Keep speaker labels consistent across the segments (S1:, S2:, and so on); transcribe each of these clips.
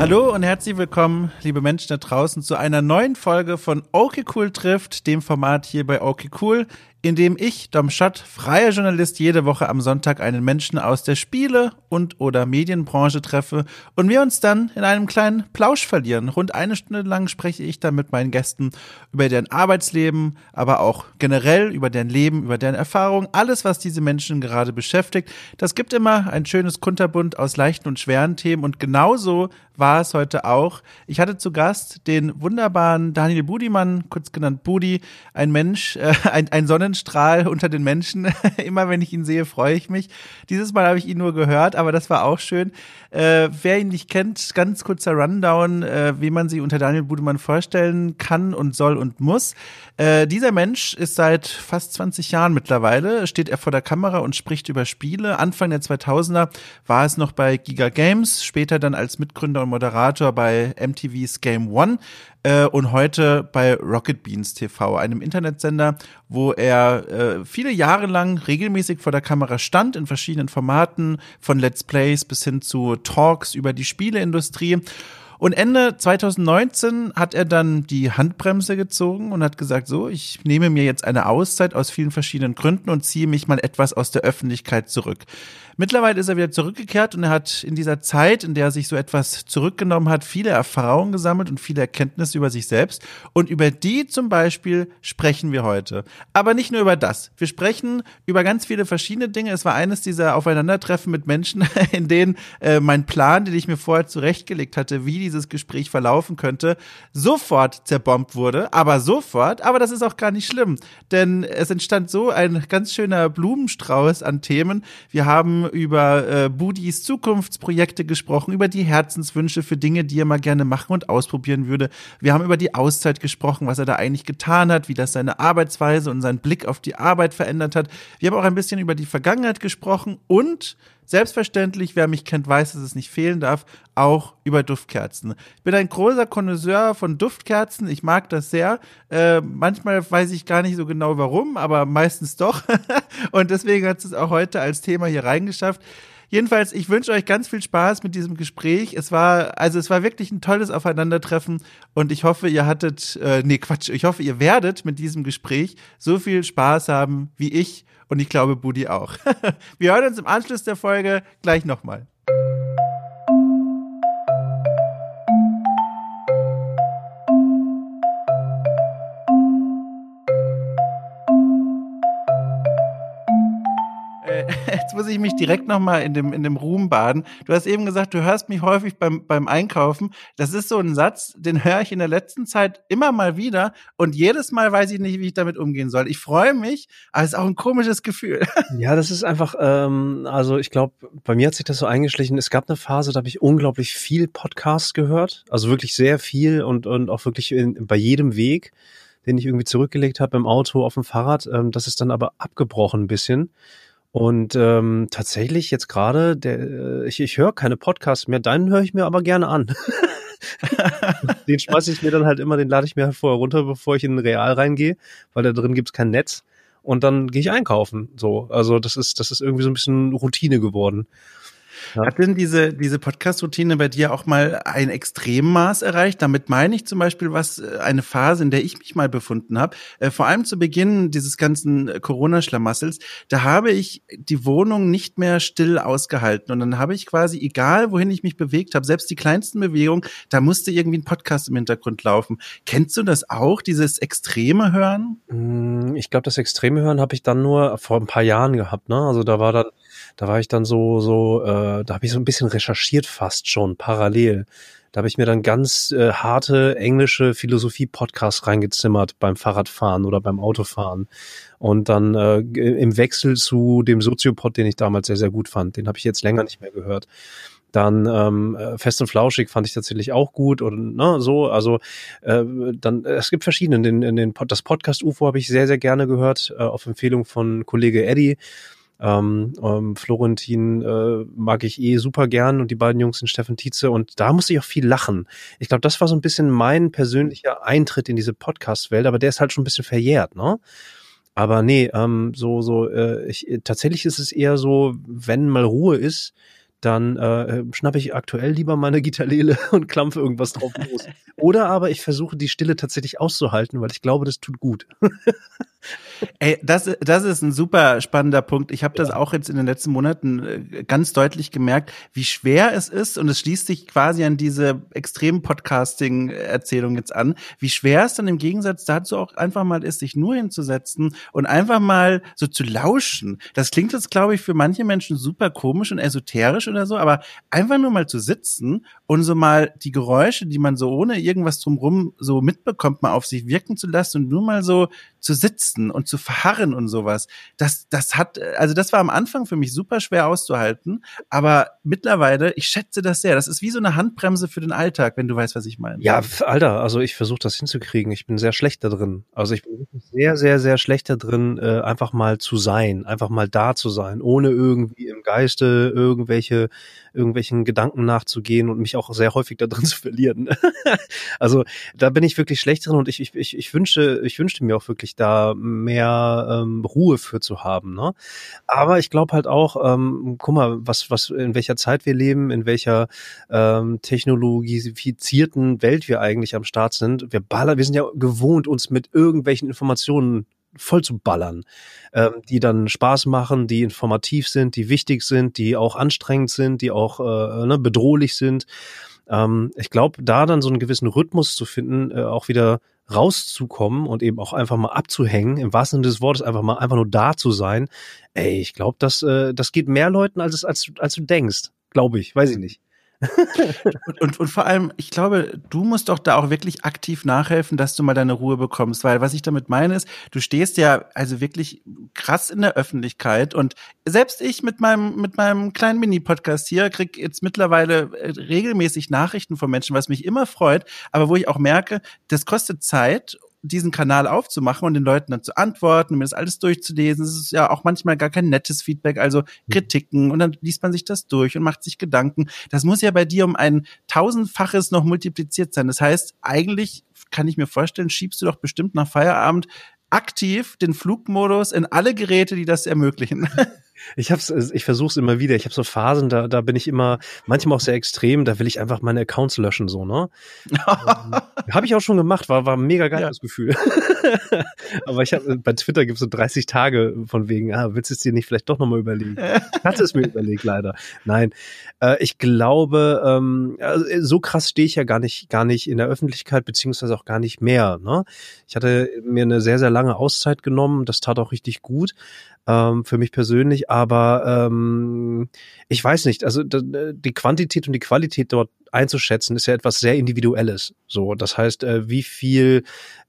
S1: Hallo und herzlich willkommen, liebe Menschen da draußen, zu einer neuen Folge von Okay Cool trifft, dem Format hier bei Okay Cool, in dem ich, Dom Schott, freier Journalist, jede Woche am Sonntag einen Menschen aus der Spiele- und oder Medienbranche treffe und wir uns dann in einem kleinen Plausch verlieren. Rund eine Stunde lang spreche ich dann mit meinen Gästen über deren Arbeitsleben, aber auch generell über deren Leben, über deren Erfahrungen, alles, was diese Menschen gerade beschäftigt. Das gibt immer ein schönes Kunterbunt aus leichten und schweren Themen und genauso war es heute auch. Ich hatte zu Gast den wunderbaren Daniel Budimann, kurz genannt Budi, ein Mensch, ein Sonnenstrahl unter den Menschen. Immer wenn ich ihn sehe, freue ich mich. Dieses Mal habe ich ihn nur gehört, aber das war auch schön. Wer ihn nicht kennt, ganz kurzer Rundown, wie man sich unter Daniel Budimann vorstellen kann und soll und muss. Dieser Mensch ist seit fast 20 Jahren mittlerweile, steht er vor der Kamera und spricht über Spiele. Anfang der 2000er war es noch bei Giga Games, später dann als Mitgründer und Moderator bei MTV's Game One und heute bei Rocket Beans TV, einem Internetsender, wo er viele Jahre lang regelmäßig vor der Kamera stand, in verschiedenen Formaten, von Let's Plays bis hin zu Talks über die Spieleindustrie. Und Ende 2019 hat er dann die Handbremse gezogen und hat gesagt, so, ich nehme mir jetzt eine Auszeit aus vielen verschiedenen Gründen und ziehe mich mal etwas aus der Öffentlichkeit zurück. Mittlerweile ist er wieder zurückgekehrt und er hat in dieser Zeit, in der er sich so etwas zurückgenommen hat, viele Erfahrungen gesammelt und viele Erkenntnisse über sich selbst. Und über die zum Beispiel sprechen wir heute. Aber nicht nur über das. Wir sprechen über ganz viele verschiedene Dinge. Es war eines dieser Aufeinandertreffen mit Menschen, in denen mein Plan, den ich mir vorher zurechtgelegt hatte, wie dieses Gespräch verlaufen könnte, sofort zerbombt wurde. Aber sofort. Aber das ist auch gar nicht schlimm. Denn es entstand so ein ganz schöner Blumenstrauß an Themen. Wir haben über Budis Zukunftsprojekte gesprochen, über die Herzenswünsche für Dinge, die er mal gerne machen und ausprobieren würde. Wir haben über die Auszeit gesprochen, was er da eigentlich getan hat, wie das seine Arbeitsweise und seinen Blick auf die Arbeit verändert hat. Wir haben auch ein bisschen über die Vergangenheit gesprochen und selbstverständlich, wer mich kennt, weiß, dass es nicht fehlen darf, auch über Duftkerzen. Ich bin ein großer Connoisseur von Duftkerzen, ich mag das sehr. Manchmal weiß ich gar nicht so genau warum, aber meistens doch. Und deswegen hat es auch heute als Thema hier reingeschafft. Jedenfalls, ich wünsche euch ganz viel Spaß mit diesem Gespräch. Es war wirklich ein tolles Aufeinandertreffen und ich hoffe, ihr werdet mit diesem Gespräch so viel Spaß haben wie ich und ich glaube, Budi auch. Wir hören uns im Anschluss der Folge gleich nochmal. Jetzt muss ich mich direkt nochmal in dem Ruhm baden. Du hast eben gesagt, du hörst mich häufig beim Einkaufen. Das ist so ein Satz, den höre ich in der letzten Zeit immer mal wieder und jedes Mal weiß ich nicht, wie ich damit umgehen soll. Ich freue mich, aber es ist auch ein komisches Gefühl.
S2: Ja, das ist einfach, also ich glaube, bei mir hat sich das so eingeschlichen. Es gab eine Phase, da habe ich unglaublich viel Podcast gehört, also wirklich sehr viel und auch wirklich bei jedem Weg, den ich irgendwie zurückgelegt habe im Auto, auf dem Fahrrad. Das ist dann aber abgebrochen ein bisschen. Und tatsächlich jetzt gerade, ich höre keine Podcasts mehr, deinen höre ich mir aber gerne an. Den schmeiße ich mir dann halt immer, den lade ich mir halt vorher runter, bevor ich in den Real reingehe, weil da drin gibt's kein Netz. Und dann gehe ich einkaufen. So, also das ist irgendwie so ein bisschen Routine geworden. Ja.
S1: Hat denn diese Podcast-Routine bei dir auch mal ein Extremmaß erreicht? Damit meine ich zum Beispiel eine Phase, in der ich mich mal befunden habe. Vor allem zu Beginn dieses ganzen Corona-Schlamassels, da habe ich die Wohnung nicht mehr still ausgehalten. Und dann habe ich quasi, egal wohin ich mich bewegt habe, selbst die kleinsten Bewegungen, da musste irgendwie ein Podcast im Hintergrund laufen. Kennst du das auch, dieses extreme Hören?
S2: Ich glaube, das extreme Hören habe ich dann nur vor ein paar Jahren gehabt, ne? Also da war ich dann da habe ich so ein bisschen recherchiert fast schon parallel. Da habe ich mir dann ganz harte englische Philosophie-Podcasts reingezimmert beim Fahrradfahren oder beim Autofahren. Und dann im Wechsel zu dem Soziopod, den ich damals sehr, sehr gut fand. Den habe ich jetzt länger nicht mehr gehört. Dann Fest und Flauschig fand ich tatsächlich auch gut und so, also dann es gibt verschiedene, das Podcast UFO habe ich sehr, sehr gerne gehört, auf Empfehlung von Kollege Eddie. Florentin mag ich super gern und die beiden Jungs sind Steffen Tietze und da musste ich auch viel lachen. Ich glaube, das war so ein bisschen mein persönlicher Eintritt in diese Podcast-Welt, aber der ist halt schon ein bisschen verjährt, ne? Aber nee, tatsächlich ist es eher so, wenn mal Ruhe ist, dann schnappe ich aktuell lieber meine Gitarrele und klampfe irgendwas drauf los. Oder aber ich versuche die Stille tatsächlich auszuhalten, weil ich glaube, das tut gut.
S1: Ey, das ist ein super spannender Punkt. Ich habe das auch jetzt in den letzten Monaten ganz deutlich gemerkt, wie schwer es ist, und es schließt sich quasi an diese extremen Podcasting-Erzählung jetzt an, wie schwer es dann im Gegensatz dazu auch einfach mal ist, sich nur hinzusetzen und einfach mal so zu lauschen. Das klingt jetzt, glaube ich, für manche Menschen super komisch und esoterisch oder so, aber einfach nur mal zu sitzen und so mal die Geräusche, die man so ohne irgendwas drumrum so mitbekommt, mal auf sich wirken zu lassen und nur mal so zu sitzen und zu verharren und sowas. Das war am Anfang für mich super schwer auszuhalten, aber mittlerweile, ich schätze das sehr. Das ist wie so eine Handbremse für den Alltag, wenn du weißt, was ich meine.
S2: Ja, Alter, also ich versuche das hinzukriegen. Ich bin sehr schlecht da drin. Also ich bin wirklich sehr, sehr, sehr schlecht da drin, einfach mal zu sein, einfach mal da zu sein, ohne irgendwie im Geiste irgendwelchen Gedanken nachzugehen und mich auch sehr häufig da drin zu verlieren. Also da bin ich wirklich schlecht drin und ich wünschte mir auch wirklich da mehr Ruhe für zu haben. Ne? Aber ich glaube halt auch, guck mal, in welcher Zeit wir leben, in welcher technologifizierten Welt wir eigentlich am Start sind. Wir sind ja gewohnt, uns mit irgendwelchen Informationen voll zu ballern, die dann Spaß machen, die informativ sind, die wichtig sind, die auch anstrengend sind, die auch bedrohlich sind. Ich glaube, da dann so einen gewissen Rhythmus zu finden, auch wieder rauszukommen und eben auch einfach mal abzuhängen, im wahrsten Sinne des Wortes einfach nur da zu sein. Ey, ich glaube, das geht mehr Leuten, als du denkst. Glaube ich, weiß ich nicht.
S1: Und vor allem, ich glaube, du musst doch da auch wirklich aktiv nachhelfen, dass du mal deine Ruhe bekommst, weil was ich damit meine ist, du stehst ja also wirklich krass in der Öffentlichkeit und selbst ich mit meinem kleinen Mini-Podcast hier krieg jetzt mittlerweile regelmäßig Nachrichten von Menschen, was mich immer freut, aber wo ich auch merke, das kostet Zeit, diesen Kanal aufzumachen und den Leuten dann zu antworten, mir das alles durchzulesen. Es ist ja auch manchmal gar kein nettes Feedback, also Kritiken, und dann liest man sich das durch und macht sich Gedanken. Das muss ja bei dir um ein tausendfaches noch multipliziert sein. Das heißt, eigentlich kann ich mir vorstellen, schiebst du doch bestimmt nach Feierabend aktiv den Flugmodus in alle Geräte, die das ermöglichen.
S2: Ich versuche es immer wieder. Ich habe so Phasen, da bin ich immer manchmal auch sehr extrem. Da will ich einfach meine Accounts löschen, so, ne? Habe ich auch schon gemacht, war mega geil, das Gefühl. Aber bei Twitter gibt es so 30 Tage von wegen, willst du es dir nicht vielleicht doch nochmal überlegen? Ich hatte es mir überlegt, leider. Nein, ich glaube, also so krass stehe ich ja gar nicht in der Öffentlichkeit, beziehungsweise auch gar nicht mehr, ne? Ich hatte mir eine sehr, sehr lange Auszeit genommen. Das tat auch richtig gut. Für mich persönlich, aber ich weiß nicht, also die Quantität und die Qualität dort einzuschätzen, ist ja etwas sehr Individuelles. So, das heißt, wie viel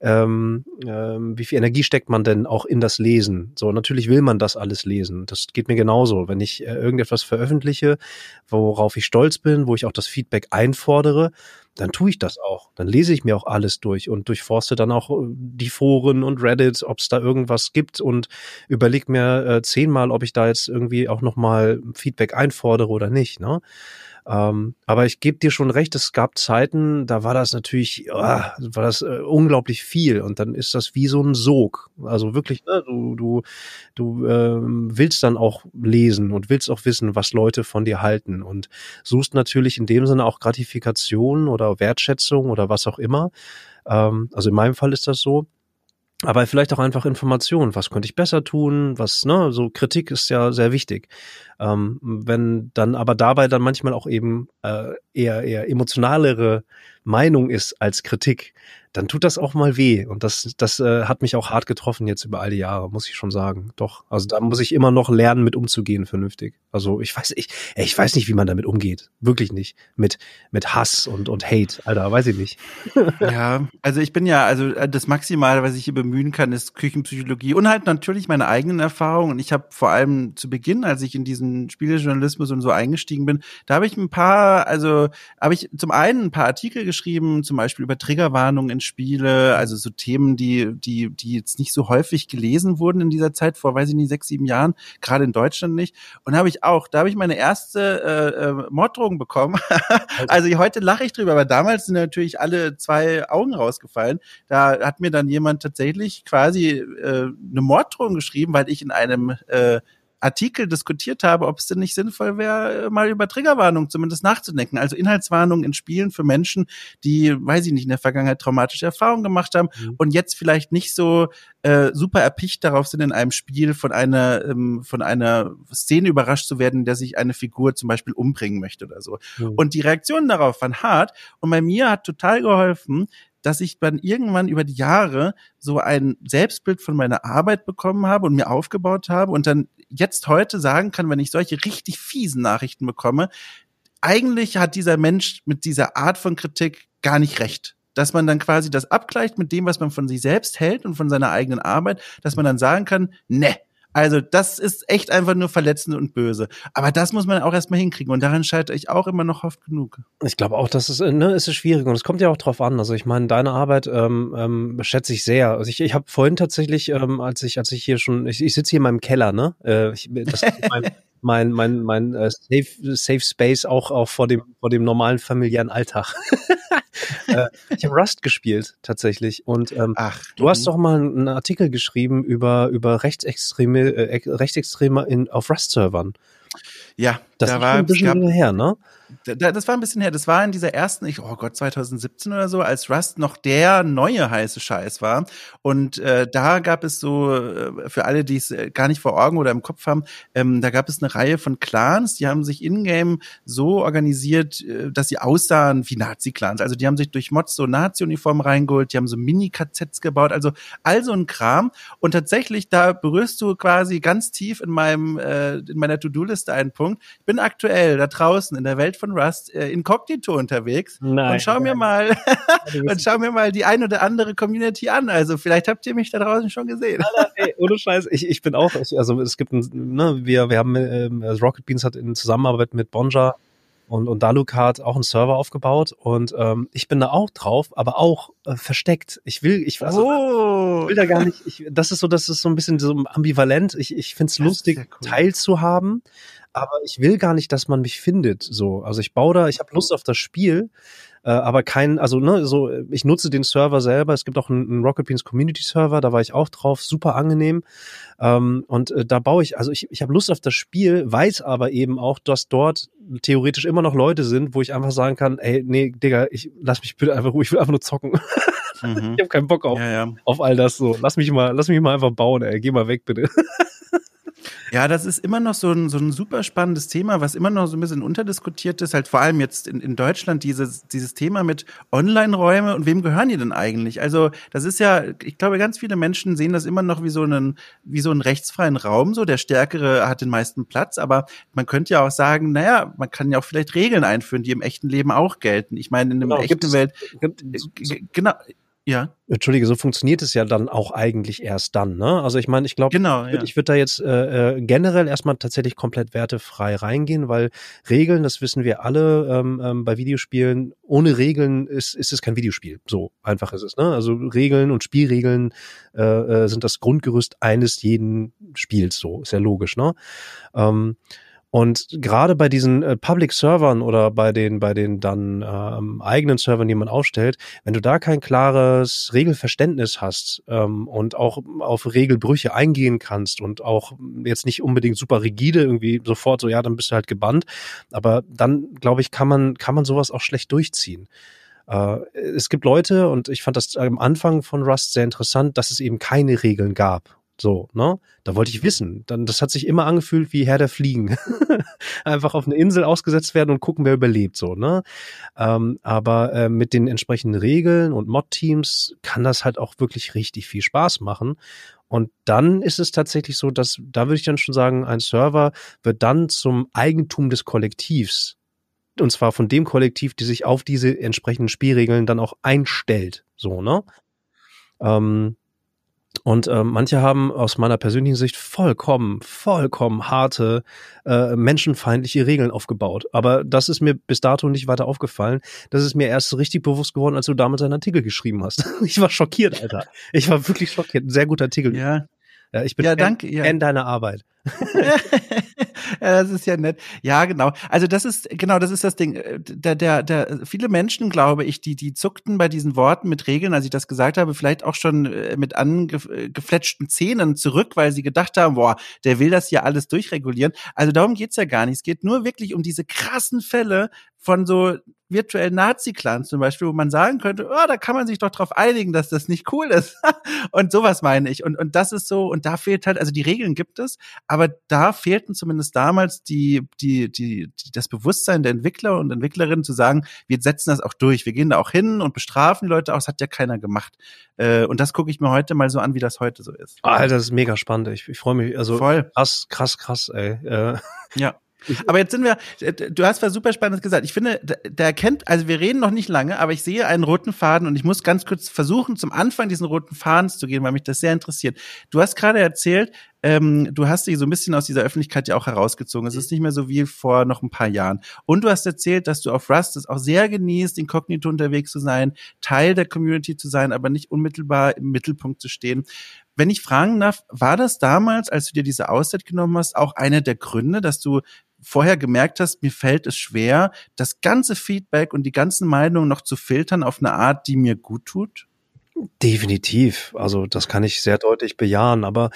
S2: Energie steckt man denn auch in das Lesen? So, natürlich will man das alles lesen. Das geht mir genauso. Wenn ich irgendetwas veröffentliche, worauf ich stolz bin, wo ich auch das Feedback einfordere, dann tue ich das auch. Dann lese ich mir auch alles durch und durchforste dann auch die Foren und Reddit, ob es da irgendwas gibt, und überlege mir 10-mal, ob ich da jetzt irgendwie auch nochmal Feedback einfordere oder nicht, ne? Aber ich gebe dir schon recht, es gab Zeiten, da war das natürlich, unglaublich viel, und dann ist das wie so ein Sog. Also wirklich, ne, du willst dann auch lesen und willst auch wissen, was Leute von dir halten, und suchst natürlich in dem Sinne auch Gratifikation oder Wertschätzung oder was auch immer. Also in meinem Fall ist das so. Aber vielleicht auch einfach Informationen. Was könnte ich besser tun? So Kritik ist ja sehr wichtig. Wenn dann aber dabei dann manchmal auch eben eher emotionalere Meinung ist als Kritik, dann tut das auch mal weh. Und das hat mich auch hart getroffen jetzt über all die Jahre, muss ich schon sagen. Doch. Also da muss ich immer noch lernen, mit umzugehen, vernünftig. Also ich weiß nicht, wie man damit umgeht. Wirklich nicht. Mit Hass und Hate. Alter, weiß ich nicht.
S1: Ja, also ich bin ja, also das Maximale, was ich hier bemühen kann, ist Küchenpsychologie und halt natürlich meine eigenen Erfahrungen. Und ich habe vor allem zu Beginn, als ich in diesen Spielejournalismus und so eingestiegen bin, da habe ich zum einen ein paar Artikel geschrieben, zum Beispiel über Triggerwarnungen in Spiele, also so Themen, die jetzt nicht so häufig gelesen wurden in dieser Zeit, vor, weiß ich nicht, 6, 7 Jahren, gerade in Deutschland nicht. Und da habe ich meine erste Morddrohung bekommen. Also heute lache ich drüber, aber damals sind natürlich alle 2 Augen rausgefallen. Da hat mir dann jemand tatsächlich quasi eine Morddrohung geschrieben, weil ich in einem Artikel diskutiert habe, ob es denn nicht sinnvoll wäre, mal über Triggerwarnung zumindest nachzudenken. Also Inhaltswarnungen in Spielen für Menschen, die, weiß ich nicht, in der Vergangenheit traumatische Erfahrungen gemacht haben und jetzt vielleicht nicht so super erpicht darauf sind, in einem Spiel von einer Szene überrascht zu werden, in der sich eine Figur zum Beispiel umbringen möchte oder so. Und die Reaktionen darauf waren hart. Und bei mir hat total geholfen, dass ich dann irgendwann über die Jahre so ein Selbstbild von meiner Arbeit bekommen habe und mir aufgebaut habe und dann jetzt heute sagen kann, wenn ich solche richtig fiesen Nachrichten bekomme, eigentlich hat dieser Mensch mit dieser Art von Kritik gar nicht recht. Dass man dann quasi das abgleicht mit dem, was man von sich selbst hält und von seiner eigenen Arbeit, dass man dann sagen kann, ne, also das ist echt einfach nur verletzend und böse. Aber das muss man auch erstmal hinkriegen und daran scheitere ich auch immer noch oft genug.
S2: Ich glaube auch, dass es ist schwierig und es kommt ja auch drauf an. Also ich meine, deine Arbeit schätze ich sehr. Also ich habe vorhin tatsächlich, als ich hier schon, ich sitze hier in meinem Keller, ne? Das ist mein Safe Space auch vor dem normalen familiären Alltag. Ich habe Rust gespielt tatsächlich und du hast doch mal einen Artikel geschrieben über Rechtsextreme auf Rust-Servern.
S1: Ja,
S2: das ist schon ein bisschen länger her, ne?
S1: Das war ein bisschen her. Das war in dieser ersten, 2017 oder so, als Rust noch der neue heiße Scheiß war. Und da gab es so, für alle, die es gar nicht vor Augen oder im Kopf haben, da gab es eine Reihe von Clans, die haben sich in-game so organisiert, dass sie aussahen wie Nazi-Clans. Also die haben sich durch Mods so Nazi-Uniformen reingeholt, die haben so Mini-KZs gebaut, also all so ein Kram. Und tatsächlich, da berührst du quasi ganz tief in meiner To-Do-Liste einen Punkt. Ich bin aktuell da draußen in der Welt von Rust inkognito unterwegs.
S2: Nein,
S1: und schau mir mal die ein oder andere Community an. Also vielleicht habt ihr mich da draußen schon gesehen.
S2: Alter, ey, ohne Scheiß, ich bin auch, also es gibt wir haben Rocket Beans hat in Zusammenarbeit mit Bonja und Dalucard auch einen Server aufgebaut und ich bin da auch drauf, aber auch versteckt. Ich will da gar nicht, das ist so ein bisschen so ambivalent. Ich find's lustig, cool, teilzuhaben, aber ich will gar nicht, dass man mich findet, so. Also ich habe Lust auf das Spiel, aber ich nutze den Server selber. Es gibt auch einen Rocket Beans Community Server, da war ich auch drauf, super angenehm. Und da baue ich habe Lust auf das Spiel, weiß aber eben auch, dass dort theoretisch immer noch Leute sind, wo ich einfach sagen kann, ey, nee, Digga, lass mich bitte einfach ruhig, ich will einfach nur zocken. Ich habe keinen Bock auf all das so. Lass mich mal einfach bauen, ey, geh mal weg, bitte.
S1: Ja, das ist immer noch so ein super spannendes Thema, was immer noch so ein bisschen unterdiskutiert ist, halt vor allem jetzt in Deutschland dieses Thema mit Online-Räume und wem gehören die denn eigentlich? Also das ist ja, ich glaube, ganz viele Menschen sehen das immer noch wie so einen rechtsfreien Raum, so der Stärkere hat den meisten Platz, aber man könnte ja auch sagen, naja, man kann ja auch vielleicht Regeln einführen, die im echten Leben auch gelten. Ich meine, in der echten Welt, genau. Ja.
S2: Entschuldige, so funktioniert es ja dann auch eigentlich erst dann, ne? Also ich meine, ich glaube, ich würde da jetzt generell erstmal tatsächlich komplett wertefrei reingehen, weil Regeln, das wissen wir alle bei Videospielen, ohne Regeln ist es kein Videospiel. So einfach ist es, ne? Also Regeln und Spielregeln sind das Grundgerüst eines jeden Spiels, so ist ja logisch, ne? Und gerade bei diesen Public-Servern oder bei den dann eigenen Servern, die man aufstellt, wenn du da kein klares Regelverständnis hast und auch auf Regelbrüche eingehen kannst und auch jetzt nicht unbedingt super rigide irgendwie sofort so, ja, dann bist du halt gebannt, aber dann, glaube ich, kann man sowas auch schlecht durchziehen. Es gibt Leute, und ich fand das am Anfang von Rust sehr interessant, dass es eben keine Regeln gab. So, ne? Da wollte ich wissen. Das hat sich immer angefühlt wie Herr der Fliegen. Einfach auf eine Insel ausgesetzt werden und gucken, wer überlebt, so, ne? Aber mit den entsprechenden Regeln und Mod-Teams kann das halt auch wirklich richtig viel Spaß machen. Und dann ist es tatsächlich so, dass, da würde ich dann schon sagen, ein Server wird dann zum Eigentum des Kollektivs. Und zwar von dem Kollektiv, die sich auf diese entsprechenden Spielregeln dann auch einstellt, so, ne? Und manche haben aus meiner persönlichen Sicht vollkommen harte, menschenfeindliche Regeln aufgebaut. Aber das ist mir bis dato nicht weiter aufgefallen. Das ist mir erst richtig bewusst geworden, als du damals einen Artikel geschrieben hast. Ich war schockiert, Alter. Ich war wirklich schockiert. Ein sehr guter Artikel.
S1: Ja.
S2: Ja, ich bin Fan deiner Arbeit.
S1: Ja, das ist ja nett. Ja, genau. Also das ist das Ding. Viele Menschen, glaube ich, die zuckten bei diesen Worten mit Regeln, als ich das gesagt habe, vielleicht auch schon mit angefletschten Zähnen zurück, weil sie gedacht haben, boah, der will das ja alles durchregulieren. Also darum geht's ja gar nicht. Es geht nur wirklich um diese krassen Fälle von so virtuellen Nazi-Clans zum Beispiel, wo man sagen könnte, oh, da kann man sich doch drauf einigen, dass das nicht cool ist. Und sowas meine ich. Und das ist so, und da fehlt halt, also die Regeln gibt es, aber da fehlten zumindest damals das Bewusstsein der Entwickler und Entwicklerinnen zu sagen, wir setzen das auch durch, wir gehen da auch hin und bestrafen die Leute auch, das hat ja keiner gemacht. Und das gucke ich mir heute mal so an, wie das heute so ist.
S2: Alter, das ist mega spannend. Ich freue mich, also
S1: voll.
S2: Krass, ey.
S1: Ja. Aber jetzt du hast was super Spannendes gesagt. Ich finde, also wir reden noch nicht lange, aber ich sehe einen roten Faden und ich muss ganz kurz versuchen, zum Anfang diesen roten Fadens zu gehen, weil mich das sehr interessiert. Du hast gerade erzählt, du hast dich so ein bisschen aus dieser Öffentlichkeit ja auch herausgezogen. Es ist nicht mehr so wie vor noch ein paar Jahren. Und du hast erzählt, dass du auf Rust es auch sehr genießt, inkognito unterwegs zu sein, Teil der Community zu sein, aber nicht unmittelbar im Mittelpunkt zu stehen. Wenn ich fragen darf, war das damals, als du dir diese Auszeit genommen hast, auch einer der Gründe, dass du vorher gemerkt hast, mir fällt es schwer, das ganze Feedback und die ganzen Meinungen noch zu filtern auf eine Art, die mir gut tut?
S2: Definitiv. Also das kann ich sehr deutlich bejahen, aber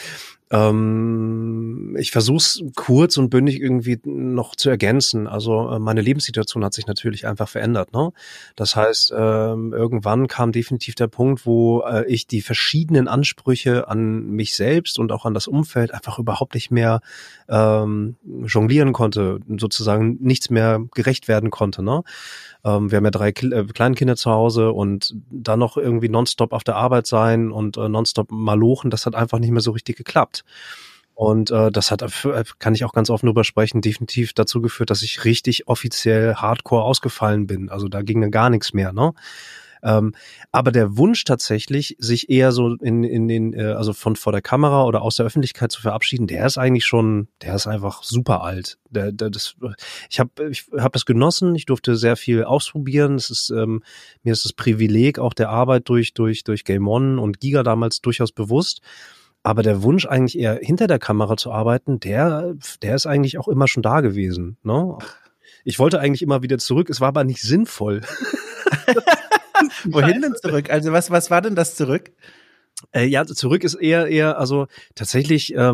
S2: ich versuche es kurz und bündig irgendwie noch zu ergänzen. Also meine Lebenssituation hat sich natürlich einfach verändert. Ne? Das heißt, irgendwann kam definitiv der Punkt, wo ich die verschiedenen Ansprüche an mich selbst und auch an das Umfeld einfach überhaupt nicht mehr jonglieren konnte, sozusagen nichts mehr gerecht werden konnte. Ne? Wir haben ja 3 Kleinkinder zu Hause und dann noch irgendwie nonstop auf der Arbeit sein und nonstop malochen, das hat einfach nicht mehr so richtig geklappt. Und das hat, kann ich auch ganz offen drüber sprechen, definitiv dazu geführt, dass ich richtig offiziell hardcore ausgefallen bin. Also da ging dann gar nichts mehr, ne? Aber der Wunsch tatsächlich, sich eher so also von vor der Kamera oder aus der Öffentlichkeit zu verabschieden, der ist einfach super alt. Ich habe es genossen, ich durfte sehr viel ausprobieren. Mir ist das Privileg auch der Arbeit durch Game On und Giga damals durchaus bewusst. Aber der Wunsch eigentlich eher hinter der Kamera zu arbeiten, der ist eigentlich auch immer schon da gewesen, ne? Ich wollte eigentlich immer wieder zurück, es war aber nicht sinnvoll.
S1: Wohin denn zurück? Also was war denn das zurück?
S2: Ja, zurück ist eher, also tatsächlich, ja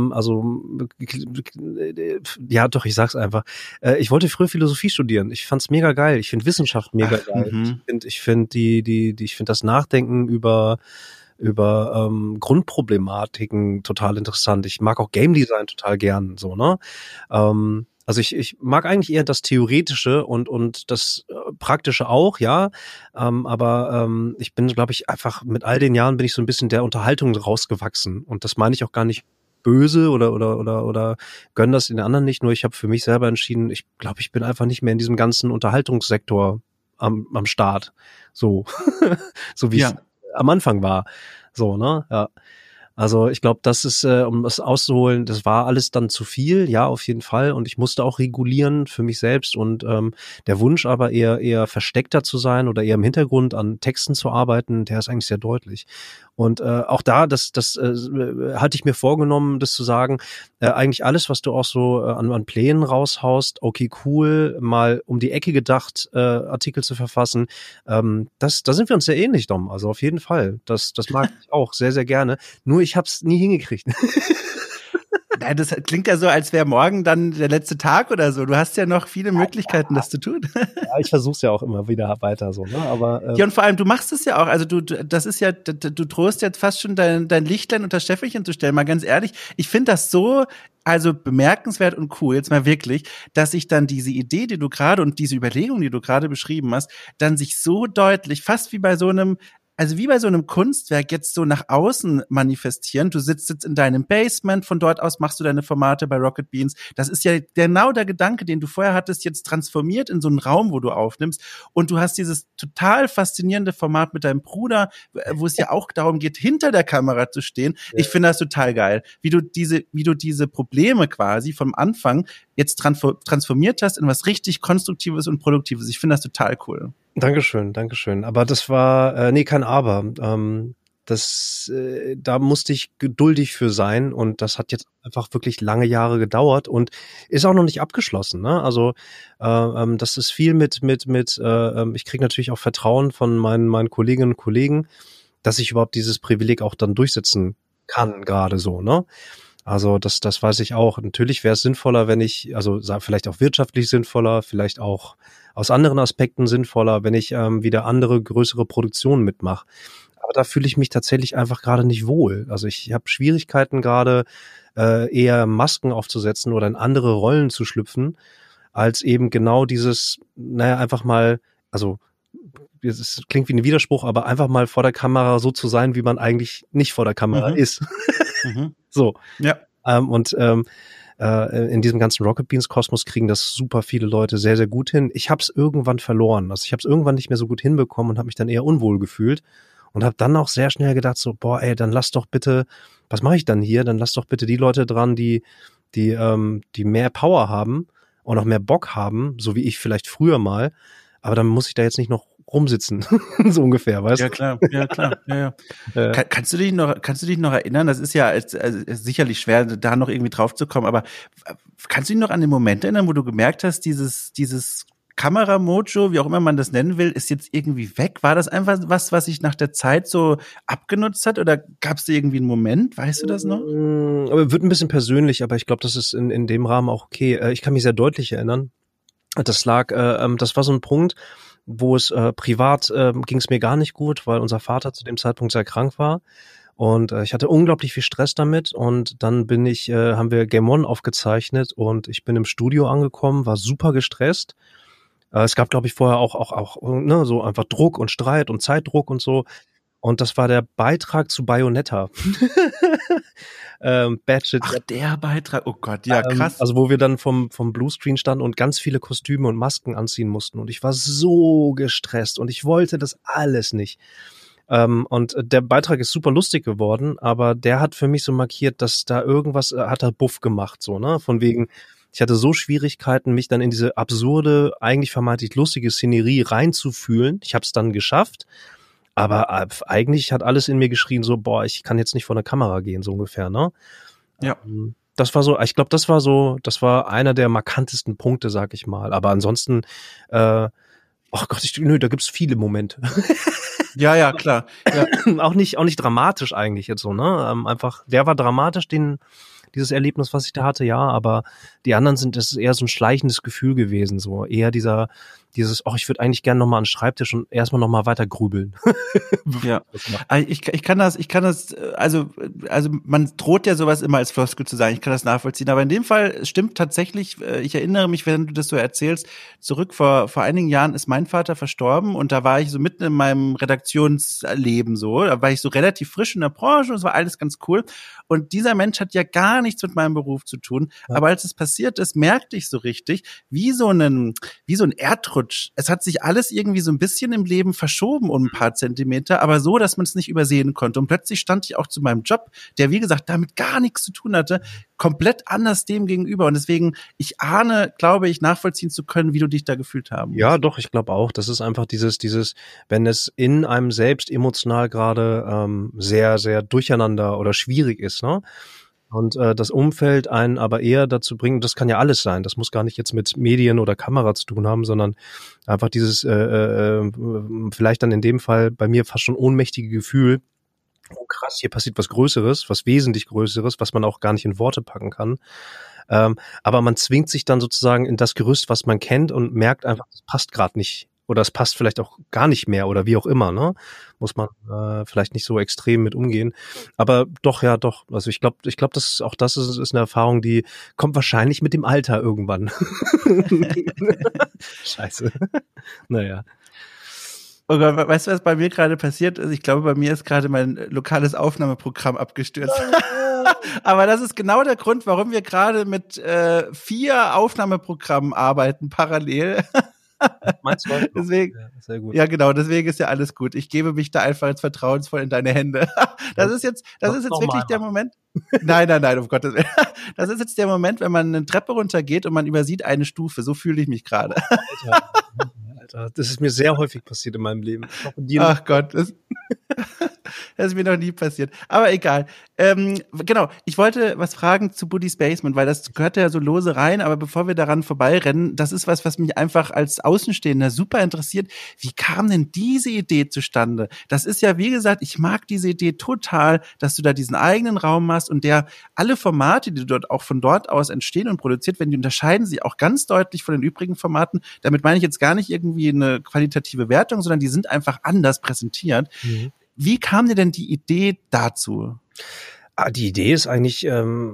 S2: doch, ich sag's einfach. Ich wollte früher Philosophie studieren. Ich fand's mega geil. Ich finde Wissenschaft mega geil. Ich finde das Nachdenken über Grundproblematiken total interessant. Ich mag auch Game Design total gern, so, ne? Also ich mag eigentlich eher das Theoretische und das Praktische auch, ja. Aber ich bin, glaube ich, einfach mit all den Jahren bin ich so ein bisschen der Unterhaltung rausgewachsen. Und das meine ich auch gar nicht böse oder gönn das den anderen nicht. Nur ich habe für mich selber entschieden, ich glaube, ich bin einfach nicht mehr in diesem ganzen Unterhaltungssektor am Start. So, so wie es am Anfang war. So, ne? Ja. Also ich glaube, das ist, um das auszuholen, das war alles dann zu viel, ja, auf jeden Fall. Und ich musste auch regulieren für mich selbst. Und der Wunsch aber eher versteckter zu sein oder eher im Hintergrund an Texten zu arbeiten, der ist eigentlich sehr deutlich. Und auch da, das hatte ich mir vorgenommen, das zu sagen, eigentlich alles, was du auch so an Plänen raushaust, okay, cool, mal um die Ecke gedacht, Artikel zu verfassen, da sind wir uns sehr ähnlich, Dom. Also auf jeden Fall. Das mag ich auch sehr, sehr gerne. Nur ich hab's nie hingekriegt.
S1: Nein, das klingt ja so, als wäre morgen dann der letzte Tag oder so. Du hast ja noch viele Möglichkeiten, das zu tun.
S2: Ja, ich versuch's ja auch immer wieder weiter so, ne? Aber
S1: ja, und vor allem, du machst es ja auch. Also du drohst jetzt fast schon dein Lichtlein unter Schäffelchen zu stellen. Mal ganz ehrlich, ich finde das so, also bemerkenswert und cool, jetzt mal wirklich, dass sich dann diese Idee, die du gerade und diese Überlegung, die du gerade beschrieben hast, dann sich so deutlich, fast wie bei so einem Kunstwerk jetzt so nach außen manifestieren. Du sitzt jetzt in deinem Basement, von dort aus machst du deine Formate bei Rocket Beans. Das ist ja genau der Gedanke, den du vorher hattest, jetzt transformiert in so einen Raum, wo du aufnimmst. Und du hast dieses total faszinierende Format mit deinem Bruder, wo es ja auch darum geht, hinter der Kamera zu stehen. Ja. Ich finde das total geil, wie du diese Probleme quasi vom Anfang jetzt transformiert hast in was richtig Konstruktives und Produktives. Ich finde das total cool.
S2: Dankeschön. Aber das war, kein Aber. da musste ich geduldig für sein und das hat jetzt einfach wirklich lange Jahre gedauert und ist auch noch nicht abgeschlossen. Ne? Also das ist viel mit ich kriege natürlich auch Vertrauen von meinen Kolleginnen und Kollegen, dass ich überhaupt dieses Privileg auch dann durchsetzen kann, gerade so. Ne? Also das weiß ich auch. Natürlich wäre es sinnvoller, wenn ich, also vielleicht auch wirtschaftlich sinnvoller, vielleicht auch aus anderen Aspekten sinnvoller, wenn ich wieder andere, größere Produktionen mitmache. Aber da fühle ich mich tatsächlich einfach gerade nicht wohl. Also ich habe Schwierigkeiten gerade eher Masken aufzusetzen oder in andere Rollen zu schlüpfen, als eben genau dieses, einfach mal, also es klingt wie ein Widerspruch, aber einfach mal vor der Kamera so zu sein, wie man eigentlich nicht vor der Kamera ist. So.
S1: Ja.
S2: In diesem ganzen Rocket Beans Kosmos kriegen das super viele Leute sehr, sehr gut hin. Ich habe es irgendwann verloren. Also ich habe es irgendwann nicht mehr so gut hinbekommen und habe mich dann eher unwohl gefühlt und habe dann auch sehr schnell gedacht so, dann lass doch bitte, was mache ich dann hier? Dann lass doch bitte die Leute dran, die mehr Power haben und auch mehr Bock haben, so wie ich vielleicht früher mal. Aber dann muss ich da jetzt nicht noch rumsitzen, so ungefähr, weißt du?
S1: Ja, klar. Ja. Kannst du dich noch erinnern? Das ist ja sicherlich schwer, da noch irgendwie drauf zu kommen, aber kannst du dich noch an den Moment erinnern, wo du gemerkt hast, dieses Kameramojo, wie auch immer man das nennen will, ist jetzt irgendwie weg? War das einfach was sich nach der Zeit so abgenutzt hat oder gab es da irgendwie einen Moment? Weißt du das noch?
S2: Aber wird ein bisschen persönlich, aber ich glaube, das ist in dem Rahmen auch okay. Ich kann mich sehr deutlich erinnern. Das war so ein Punkt, wo es privat ging es mir gar nicht gut, weil unser Vater zu dem Zeitpunkt sehr krank war und ich hatte unglaublich viel Stress damit und dann haben wir Game One aufgezeichnet und ich bin im Studio angekommen, war super gestresst. Es gab, glaube ich, vorher auch so einfach Druck und Streit und Zeitdruck und so. Und das war der Beitrag zu Bayonetta.
S1: Ach, der Beitrag, oh Gott, ja, krass.
S2: Also wo wir dann vom Bluescreen standen und ganz viele Kostüme und Masken anziehen mussten. Und ich war so gestresst und ich wollte das alles nicht. Und der Beitrag ist super lustig geworden, aber der hat für mich so markiert, dass da irgendwas, hat er Buff gemacht, so, ne? Von wegen, ich hatte so Schwierigkeiten, mich dann in diese absurde, eigentlich vermeintlich lustige Szenerie reinzufühlen. Ich habe es dann geschafft. Aber eigentlich hat alles in mir geschrien so, ich kann jetzt nicht vor eine Kamera gehen, so ungefähr, ne?
S1: Ja.
S2: Das war so, ich glaube, das war einer der markantesten Punkte, sag ich mal. Aber ansonsten, da gibt's viele Momente.
S1: Ja, klar. Ja.
S2: Auch nicht dramatisch eigentlich jetzt so, ne? Einfach, der war dramatisch, dieses Erlebnis, was ich da hatte, ja, aber die anderen das ist eher so ein schleichendes Gefühl gewesen, so eher ich würde eigentlich gerne nochmal an den Schreibtisch und erstmal nochmal weiter grübeln.
S1: Ja, ich kann das, also man droht ja sowas immer als Floskel zu sagen, ich kann das nachvollziehen, aber in dem Fall stimmt tatsächlich, ich erinnere mich, wenn du das so erzählst, zurück vor einigen Jahren ist mein Vater verstorben und da war ich so mitten in meinem Redaktionsleben so, da war ich so relativ frisch in der Branche und es war alles ganz cool und dieser Mensch hat ja gar nichts mit meinem Beruf zu tun, aber als es passiert ist, merkte ich so richtig, wie so ein Erdrutsch. Es hat sich alles irgendwie so ein bisschen im Leben verschoben um ein paar Zentimeter, aber so, dass man es nicht übersehen konnte. Und plötzlich stand ich auch zu meinem Job, der, wie gesagt, damit gar nichts zu tun hatte, komplett anders dem gegenüber. Und deswegen, ich ahne, glaube ich, nachvollziehen zu können, wie du dich da gefühlt haben musst.
S2: Ja, doch, ich glaube auch. Das ist einfach dieses, wenn es in einem selbst emotional gerade sehr, sehr durcheinander oder schwierig ist, ne? Und das Umfeld einen aber eher dazu bringen, das kann ja alles sein, das muss gar nicht jetzt mit Medien oder Kamera zu tun haben, sondern einfach dieses vielleicht dann in dem Fall bei mir fast schon ohnmächtige Gefühl, oh krass, hier passiert was Größeres, was wesentlich Größeres, was man auch gar nicht in Worte packen kann. Aber man zwingt sich dann sozusagen in das Gerüst, was man kennt und merkt einfach, das passt gerade nicht. Oder es passt vielleicht auch gar nicht mehr oder wie auch immer, ne? Muss man vielleicht nicht so extrem mit umgehen. Aber doch, ja, doch. Also ich glaube, das ist eine Erfahrung, die kommt wahrscheinlich mit dem Alter irgendwann. Scheiße. Naja.
S1: Oh Gott, weißt du, was bei mir gerade passiert ist? Ich glaube, bei mir ist gerade mein lokales Aufnahmeprogramm abgestürzt. Aber das ist genau der Grund, warum wir gerade mit 4 Aufnahmeprogrammen arbeiten, parallel.
S2: Meinst du?
S1: Deswegen,
S2: ja, sehr gut.
S1: Ja, genau, deswegen ist ja alles gut. Ich gebe mich da einfach jetzt vertrauensvoll in deine Hände. Das ist jetzt wirklich der Moment. Nein, um Gottes Willen. Das ist jetzt der Moment, wenn man eine Treppe runtergeht und man übersieht eine Stufe. So fühle ich mich gerade.
S2: Alter, das ist mir sehr häufig passiert in meinem Leben.
S1: Ach Gott. Das ist mir noch nie passiert. Aber egal. Genau, ich wollte was fragen zu Buddy's Basement, weil das gehört ja so lose rein, aber bevor wir daran vorbeirennen, das ist was mich einfach als Außenstehender super interessiert. Wie kam denn diese Idee zustande? Das ist ja, wie gesagt, ich mag diese Idee total, dass du da diesen eigenen Raum hast und der alle Formate, die dort auch von dort aus entstehen und produziert werden, die unterscheiden sich auch ganz deutlich von den übrigen Formaten. Damit meine ich jetzt gar nicht irgendwie eine qualitative Wertung, sondern die sind einfach anders präsentiert. Mhm. Wie kam dir denn die Idee dazu?
S2: Die Idee ist eigentlich,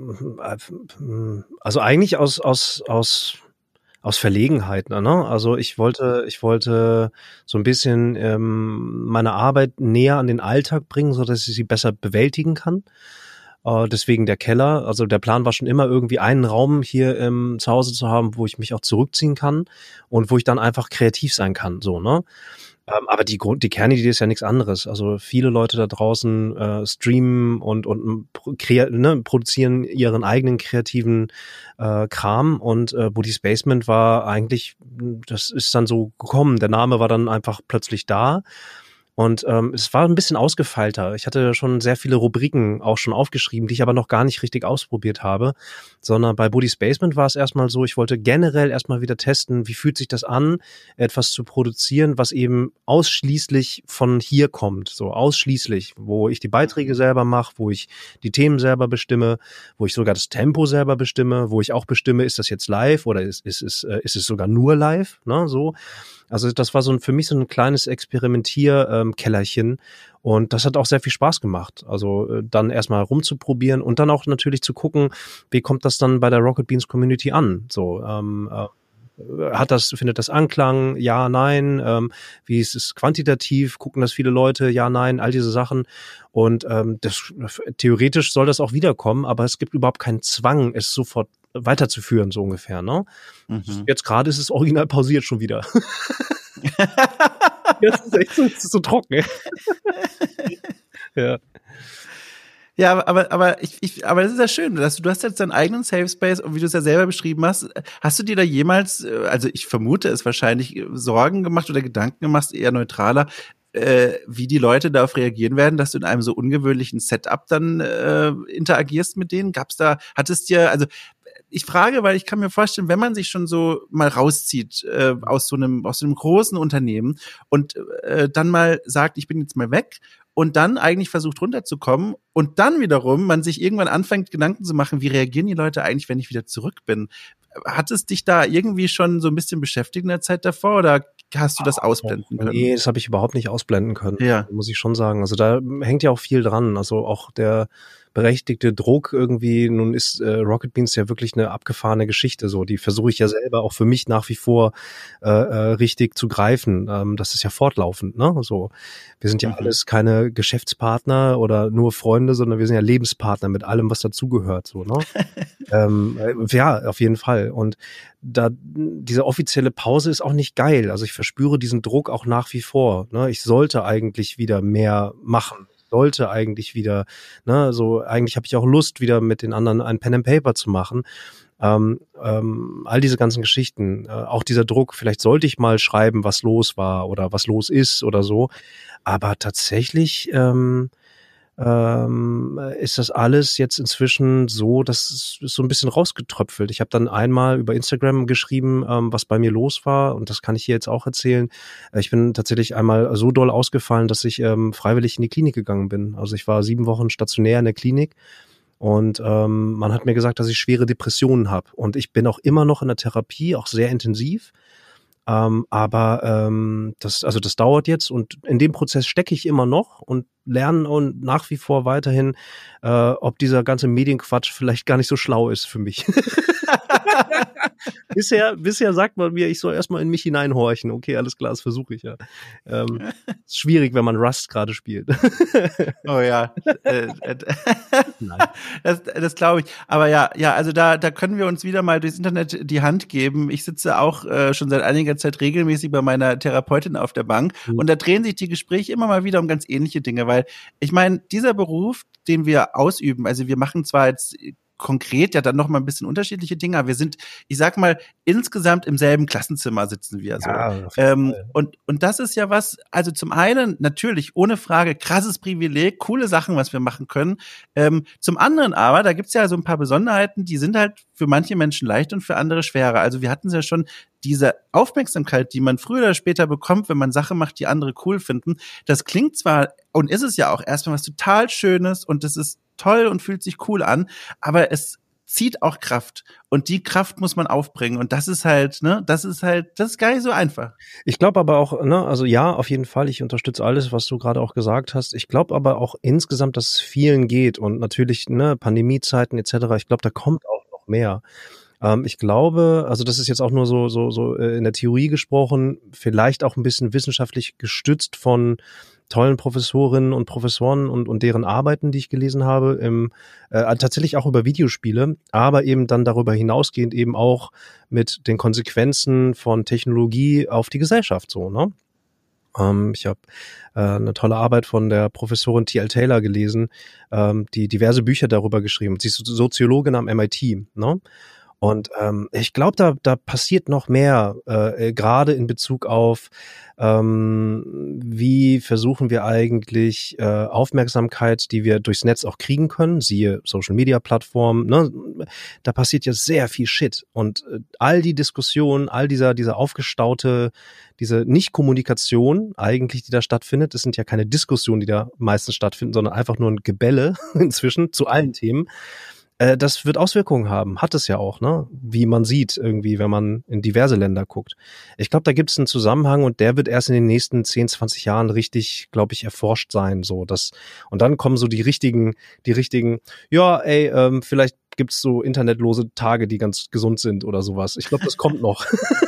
S2: also eigentlich aus Verlegenheit, ne? Also ich wollte so ein bisschen meine Arbeit näher an den Alltag bringen, so dass ich sie besser bewältigen kann. Deswegen der Keller. Also der Plan war schon immer, irgendwie einen Raum hier zu Hause zu haben, wo ich mich auch zurückziehen kann und wo ich dann einfach kreativ sein kann, so, ne? Aber die Kernidee ist ja nichts anderes. Also viele Leute da draußen streamen und produzieren ihren eigenen kreativen Kram und Buddy's Basement war eigentlich, das ist dann so gekommen. Der Name war dann einfach plötzlich da. Und es war ein bisschen ausgefeilter. Ich hatte schon sehr viele Rubriken auch schon aufgeschrieben, die ich aber noch gar nicht richtig ausprobiert habe. Sondern bei Buddy's Basement war es erstmal so, ich wollte generell erstmal wieder testen, wie fühlt sich das an, etwas zu produzieren, was eben ausschließlich von hier kommt. So ausschließlich, wo ich die Beiträge selber mache, wo ich die Themen selber bestimme, wo ich sogar das Tempo selber bestimme, wo ich auch bestimme, ist das jetzt live oder ist es sogar nur live, ne, so. Also das war für mich so ein kleines Experimentier-Kellerchen und das hat auch sehr viel Spaß gemacht. Also dann erstmal rumzuprobieren und dann auch natürlich zu gucken, wie kommt das dann bei der Rocket Beans Community an? So findet das Anklang? Ja, nein. Wie ist es quantitativ? Gucken das viele Leute? Ja, nein. All diese Sachen. Und theoretisch soll das auch wiederkommen, aber es gibt überhaupt keinen Zwang, es sofort weiterzuführen, so ungefähr, ne? Mhm. Jetzt gerade ist es original pausiert schon wieder. Das ist echt so trocken. Ja.
S1: Ja, aber das ist ja schön, dass du hast jetzt deinen eigenen Safe Space und wie du es ja selber beschrieben hast du dir da jemals, also ich vermute es wahrscheinlich, Sorgen gemacht oder Gedanken gemacht, eher neutraler, wie die Leute darauf reagieren werden, dass du in einem so ungewöhnlichen Setup dann interagierst mit denen? Also ich frage, weil ich kann mir vorstellen, wenn man sich schon so mal rauszieht aus so einem großen Unternehmen und dann mal sagt, ich bin jetzt mal weg und dann eigentlich versucht runterzukommen und dann wiederum man sich irgendwann anfängt, Gedanken zu machen, wie reagieren die Leute eigentlich, wenn ich wieder zurück bin? Hat es dich da irgendwie schon so ein bisschen beschäftigt in der Zeit davor oder hast du das ausblenden können?
S2: Nee, das habe ich überhaupt nicht ausblenden können, ja. Muss ich schon sagen. Also da hängt ja auch viel dran. Also auch der berechtigte Druck irgendwie, nun ist Rocket Beans ja wirklich eine abgefahrene Geschichte, so, die versuche ich ja selber auch für mich nach wie vor richtig zu greifen. Das ist ja fortlaufend, ne? So, wir sind ja alles keine Geschäftspartner oder nur Freunde, sondern wir sind ja Lebenspartner mit allem, was dazugehört, so, ne? Ja, auf jeden Fall. Und diese offizielle Pause ist auch nicht geil. Also ich verspüre diesen Druck auch nach wie vor, ne? Ich sollte eigentlich wieder mehr machen. Sollte eigentlich wieder, ne, so eigentlich habe ich auch Lust, wieder mit den anderen ein Pen and Paper zu machen. All diese ganzen Geschichten, auch dieser Druck, vielleicht sollte ich mal schreiben, was los war oder was los ist oder so. Aber tatsächlich ist das alles jetzt inzwischen so, das ist so ein bisschen rausgetröpfelt. Ich habe dann einmal über Instagram geschrieben, was bei mir los war und das kann ich hier jetzt auch erzählen. Ich bin tatsächlich einmal so doll ausgefallen, dass ich freiwillig in die Klinik gegangen bin. Also ich war 7 Wochen stationär in der Klinik und man hat mir gesagt, dass ich schwere Depressionen habe und ich bin auch immer noch in der Therapie, auch sehr intensiv. Aber das dauert jetzt und in dem Prozess stecke ich immer noch und lerne und nach wie vor weiterhin, ob dieser ganze Medienquatsch vielleicht gar nicht so schlau ist für mich. Bisher sagt man mir, ich soll erstmal in mich hineinhorchen. Okay, alles klar, das versuche ich ja. Ist schwierig, wenn man Rust gerade spielt.
S1: Oh ja. Nein. Das glaube ich. Aber ja, also da können wir uns wieder mal durchs Internet die Hand geben. Ich sitze auch schon seit einiger Zeit regelmäßig bei meiner Therapeutin auf der Bank und da drehen sich die Gespräche immer mal wieder um ganz ähnliche Dinge, weil ich meine, dieser Beruf, den wir ausüben, also wir machen zwar jetzt konkret ja dann noch mal ein bisschen unterschiedliche Dinge, aber wir sind, ich sag mal, insgesamt im selben Klassenzimmer sitzen wir so. Ja, und das ist ja was, also zum einen natürlich ohne Frage krasses Privileg, coole Sachen, was wir machen können. Zum anderen aber, da gibt's ja so ein paar Besonderheiten, die sind halt für manche Menschen leicht und für andere schwerer. Also wir hatten es ja schon, diese Aufmerksamkeit, die man früher oder später bekommt, wenn man Sachen macht, die andere cool finden, das klingt zwar, und ist es ja auch erstmal was total Schönes und das ist toll und fühlt sich cool an, aber es zieht auch Kraft und die Kraft muss man aufbringen und das ist halt, das ist gar nicht so einfach.
S2: Ich glaube aber auch, also ja, auf jeden Fall, ich unterstütze alles, was du gerade auch gesagt hast. Ich glaube aber auch insgesamt, dass es vielen geht und natürlich, Pandemiezeiten etc., ich glaube, da kommt auch noch mehr. Ich glaube, also das ist jetzt auch nur so in der Theorie gesprochen, vielleicht auch ein bisschen wissenschaftlich gestützt von tollen Professorinnen und Professoren und deren Arbeiten, die ich gelesen habe, tatsächlich auch über Videospiele, aber eben dann darüber hinausgehend eben auch mit den Konsequenzen von Technologie auf die Gesellschaft so, ne? Ich habe eine tolle Arbeit von der Professorin T.L. Taylor gelesen, die diverse Bücher darüber geschrieben. Sie ist Soziologin am MIT, ne? Und ich glaube, da passiert noch mehr, gerade in Bezug auf, wie versuchen wir eigentlich Aufmerksamkeit, die wir durchs Netz auch kriegen können, siehe Social-Media-Plattformen, ne? Da passiert ja sehr viel Shit. Und all die Diskussionen, all dieser aufgestaute, diese Nicht-Kommunikation eigentlich, die da stattfindet, das sind ja keine Diskussionen, die da meistens stattfinden, sondern einfach nur ein Gebälle inzwischen zu allen Themen. Das wird Auswirkungen haben, hat es ja auch, ne? Wie man sieht irgendwie, wenn man in diverse Länder guckt. Ich glaube, da gibt es einen Zusammenhang und der wird erst in den nächsten 10, 20 Jahren richtig, glaube ich, erforscht sein. So, und dann kommen so die richtigen, ja, vielleicht gibt's so internetlose Tage, die ganz gesund sind oder sowas. Ich glaube, das kommt noch.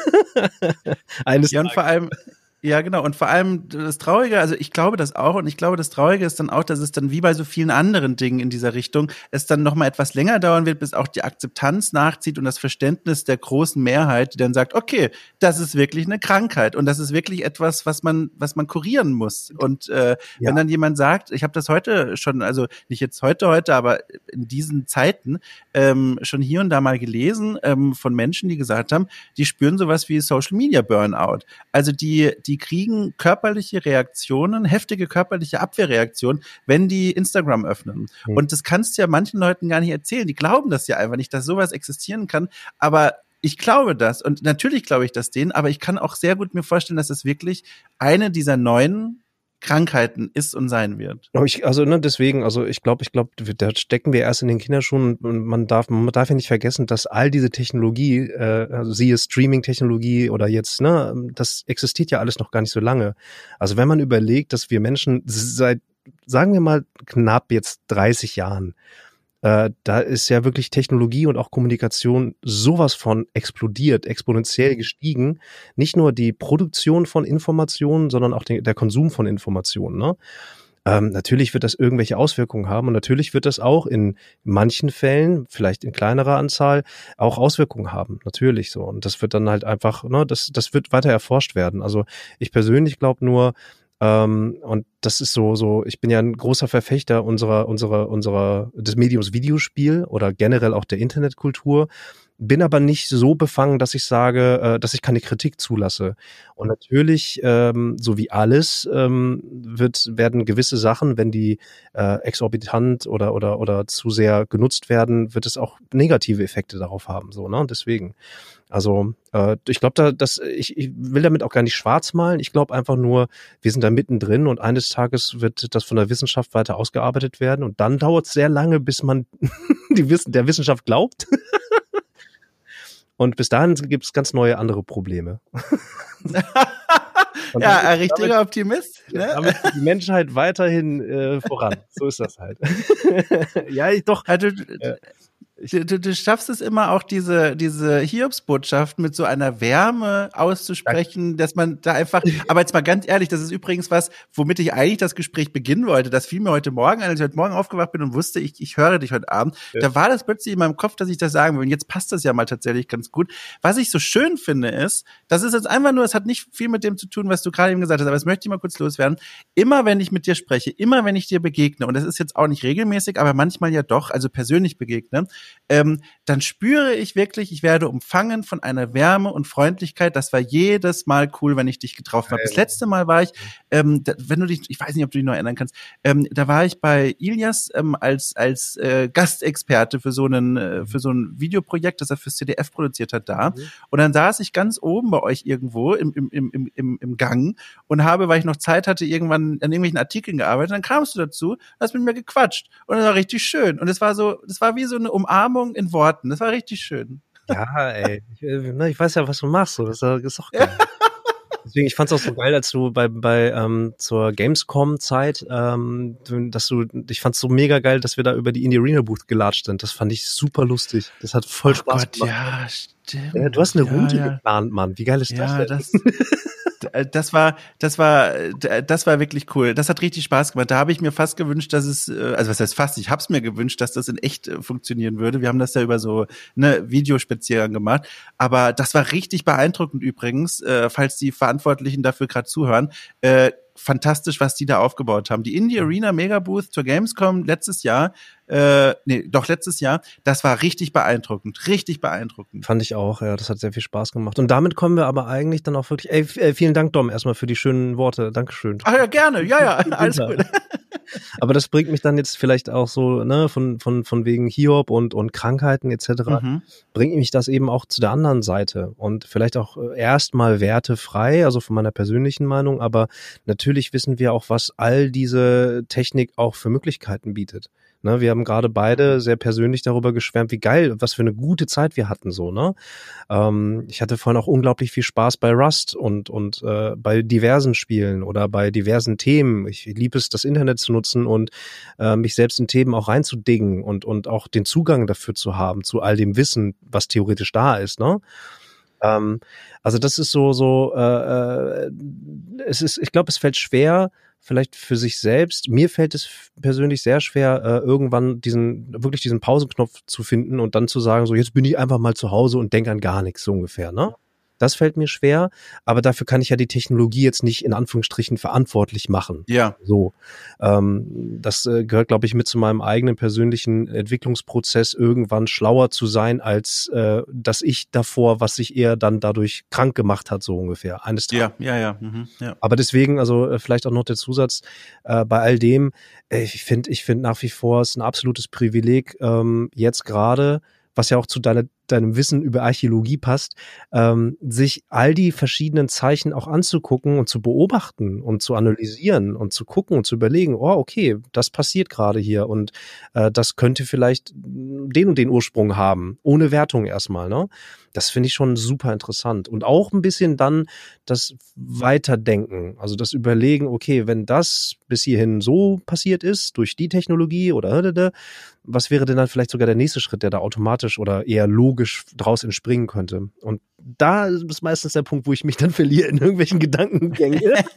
S1: Ja, und vor allem, ja, genau. Und vor allem das Traurige, also ich glaube das auch und ich glaube, das Traurige ist dann auch, dass es dann wie bei so vielen anderen Dingen in dieser Richtung es dann noch mal etwas länger dauern wird, bis auch die Akzeptanz nachzieht und das Verständnis der großen Mehrheit, die dann sagt, okay, das ist wirklich eine Krankheit und das ist wirklich etwas, was man kurieren muss. Und wenn dann jemand sagt, ich habe das heute schon, also nicht jetzt heute, aber in diesen Zeiten schon hier und da mal gelesen von Menschen, die gesagt haben, die spüren sowas wie Social Media Burnout. Also die kriegen körperliche Reaktionen, heftige körperliche Abwehrreaktionen, wenn die Instagram öffnen. Mhm. Und das kannst du ja manchen Leuten gar nicht erzählen. Die glauben das ja einfach nicht, dass sowas existieren kann. Aber ich glaube das. Und natürlich glaube ich das denen. Aber ich kann auch sehr gut mir vorstellen, dass es wirklich eine dieser neuen Krankheiten ist und sein wird.
S2: Deswegen, ich glaube, da stecken wir erst in den Kinderschuhen und man darf ja nicht vergessen, dass all diese Technologie, siehe Streaming-Technologie oder jetzt, das existiert ja alles noch gar nicht so lange. Also wenn man überlegt, dass wir Menschen seit, sagen wir mal, knapp jetzt 30 Jahren, da ist ja wirklich Technologie und auch Kommunikation sowas von explodiert, exponentiell gestiegen. Nicht nur die Produktion von Informationen, sondern auch der Konsum von Informationen, ne? Natürlich wird das irgendwelche Auswirkungen haben und natürlich wird das auch in manchen Fällen, vielleicht in kleinerer Anzahl, auch Auswirkungen haben. Natürlich so. Und das wird dann halt einfach, das wird weiter erforscht werden. Also ich persönlich glaube nur, und das ist so, ich bin ja ein großer Verfechter des Mediums Videospiel oder generell auch der Internetkultur, bin aber nicht so befangen, dass ich sage, dass ich keine Kritik zulasse. Und natürlich, so wie alles, werden gewisse Sachen, wenn die exorbitant oder zu sehr genutzt werden, wird es auch negative Effekte darauf haben. So, ne? Deswegen. Also ich glaube, ich will damit auch gar nicht schwarz malen. Ich glaube einfach nur, wir sind da mittendrin und eines Tages wird das von der Wissenschaft weiter ausgearbeitet werden und dann dauert es sehr lange, bis man der Wissenschaft glaubt. Und bis dahin gibt es ganz neue andere Probleme.
S1: Ja, ein richtiger Optimist. Ne?
S2: Damit geht die Menschheit weiterhin voran. So ist das halt.
S1: Ja, doch. Du schaffst es immer auch, diese Hiobsbotschaft mit so einer Wärme auszusprechen, dass man da einfach, aber jetzt mal ganz ehrlich, das ist übrigens was, womit ich eigentlich das Gespräch beginnen wollte. Das fiel mir heute Morgen ein, als ich heute Morgen aufgewacht bin und wusste, ich höre dich heute Abend. Ja. Da war das plötzlich in meinem Kopf, dass ich das sagen will. Und jetzt passt das ja mal tatsächlich ganz gut. Was ich so schön finde ist, das ist jetzt einfach nur, es hat nicht viel mit dem zu tun, was du gerade eben gesagt hast, aber das möchte ich mal kurz loswerden. Immer wenn ich mit dir spreche, immer wenn ich dir begegne, und das ist jetzt auch nicht regelmäßig, aber manchmal ja doch, also persönlich begegne, dann spüre ich wirklich, ich werde umfangen von einer Wärme und Freundlichkeit. Das war jedes Mal cool, wenn ich dich getroffen habe. Das letzte Mal war ich, wenn du dich, ich weiß nicht, ob du dich noch erinnern kannst, da war ich bei Ilias als Gastexperte für so ein Videoprojekt, das er fürs CDF produziert hat, da. Und dann saß ich ganz oben bei euch irgendwo im Gang und habe, weil ich noch Zeit hatte, irgendwann an irgendwelchen Artikeln gearbeitet. Dann kamst du dazu, hast mit mir gequatscht und das war richtig schön. Und das war wie so eine Umarmung in Worten. Das war richtig schön.
S2: Ja, ey. Ich weiß ja, was du machst. So. Das ist auch geil. Deswegen, ich fand's auch so geil, als du zur Gamescom-Zeit, ich fand's so mega geil, dass wir da über die Indie Arena Booth gelatscht sind. Das fand ich super lustig. Das hat voll Spaß gemacht.
S1: Ja, stimmt.
S2: Ja, du hast eine Route geplant, Mann. Wie geil ist das denn?
S1: Das war wirklich cool. Das hat richtig Spaß gemacht. Da habe ich mir fast gewünscht, dass es, also was heißt fast, ich habe es mir gewünscht, dass das in echt funktionieren würde. Wir haben das ja über so eine Videospaziergang gemacht. Aber das war richtig beeindruckend übrigens, falls die Verantwortlichen dafür gerade zuhören. Fantastisch, was die da aufgebaut haben. Die Indie Arena Mega Booth zur Gamescom letztes Jahr, das war richtig beeindruckend.
S2: Fand ich auch, ja, das hat sehr viel Spaß gemacht. Und damit kommen wir aber eigentlich dann auch wirklich, vielen Dank, Dom, erstmal für die schönen Worte. Dankeschön.
S1: Ach ja, gerne, ja, alles gut.
S2: Aber das bringt mich dann jetzt vielleicht auch so, ne, von wegen Hiob und Krankheiten etc., bringt mich das eben auch zu der anderen Seite und vielleicht auch erstmal wertefrei, also von meiner persönlichen Meinung, aber natürlich wissen wir auch, was all diese Technik auch für Möglichkeiten bietet. Ne, wir haben gerade beide sehr persönlich darüber geschwärmt, wie geil, was für eine gute Zeit wir hatten, so, ne? Ich hatte vorhin auch unglaublich viel Spaß bei Rust und bei diversen Spielen oder bei diversen Themen. Ich liebe es, das Internet zu nutzen und mich selbst in Themen auch reinzudingen und auch den Zugang dafür zu haben, zu all dem Wissen, was theoretisch da ist, ne? Also das ist ich glaube, es fällt schwer, vielleicht für sich selbst. Mir fällt es persönlich sehr schwer, irgendwann diesen Pausenknopf zu finden und dann zu sagen, so jetzt bin ich einfach mal zu Hause und denke an gar nichts, so ungefähr, ne? Das fällt mir schwer, aber dafür kann ich ja die Technologie jetzt nicht in Anführungsstrichen verantwortlich machen.
S1: Ja.
S2: So, das gehört, glaube ich, mit zu meinem eigenen persönlichen Entwicklungsprozess, irgendwann schlauer zu sein, als das Ich davor, was sich eher dann dadurch krank gemacht hat, so ungefähr. Eines Tages.
S1: Ja.
S2: Aber deswegen, also vielleicht auch noch der Zusatz, bei all dem, ich finde nach wie vor es ein absolutes Privileg, jetzt gerade, was ja auch zu deinem Wissen über Archäologie passt, sich all die verschiedenen Zeichen auch anzugucken und zu beobachten und zu analysieren und zu gucken und zu überlegen, oh, okay, das passiert gerade hier und das könnte vielleicht den und den Ursprung haben, ohne Wertung erstmal, ne? Das finde ich schon super interessant. Und auch ein bisschen dann das Weiterdenken, also das Überlegen, okay, wenn das bis hierhin so passiert ist, durch die Technologie oder was wäre denn dann vielleicht sogar der nächste Schritt, der da automatisch oder eher logisch draus entspringen könnte? Und da ist meistens der Punkt, wo ich mich dann verliere in irgendwelchen Gedankengängen.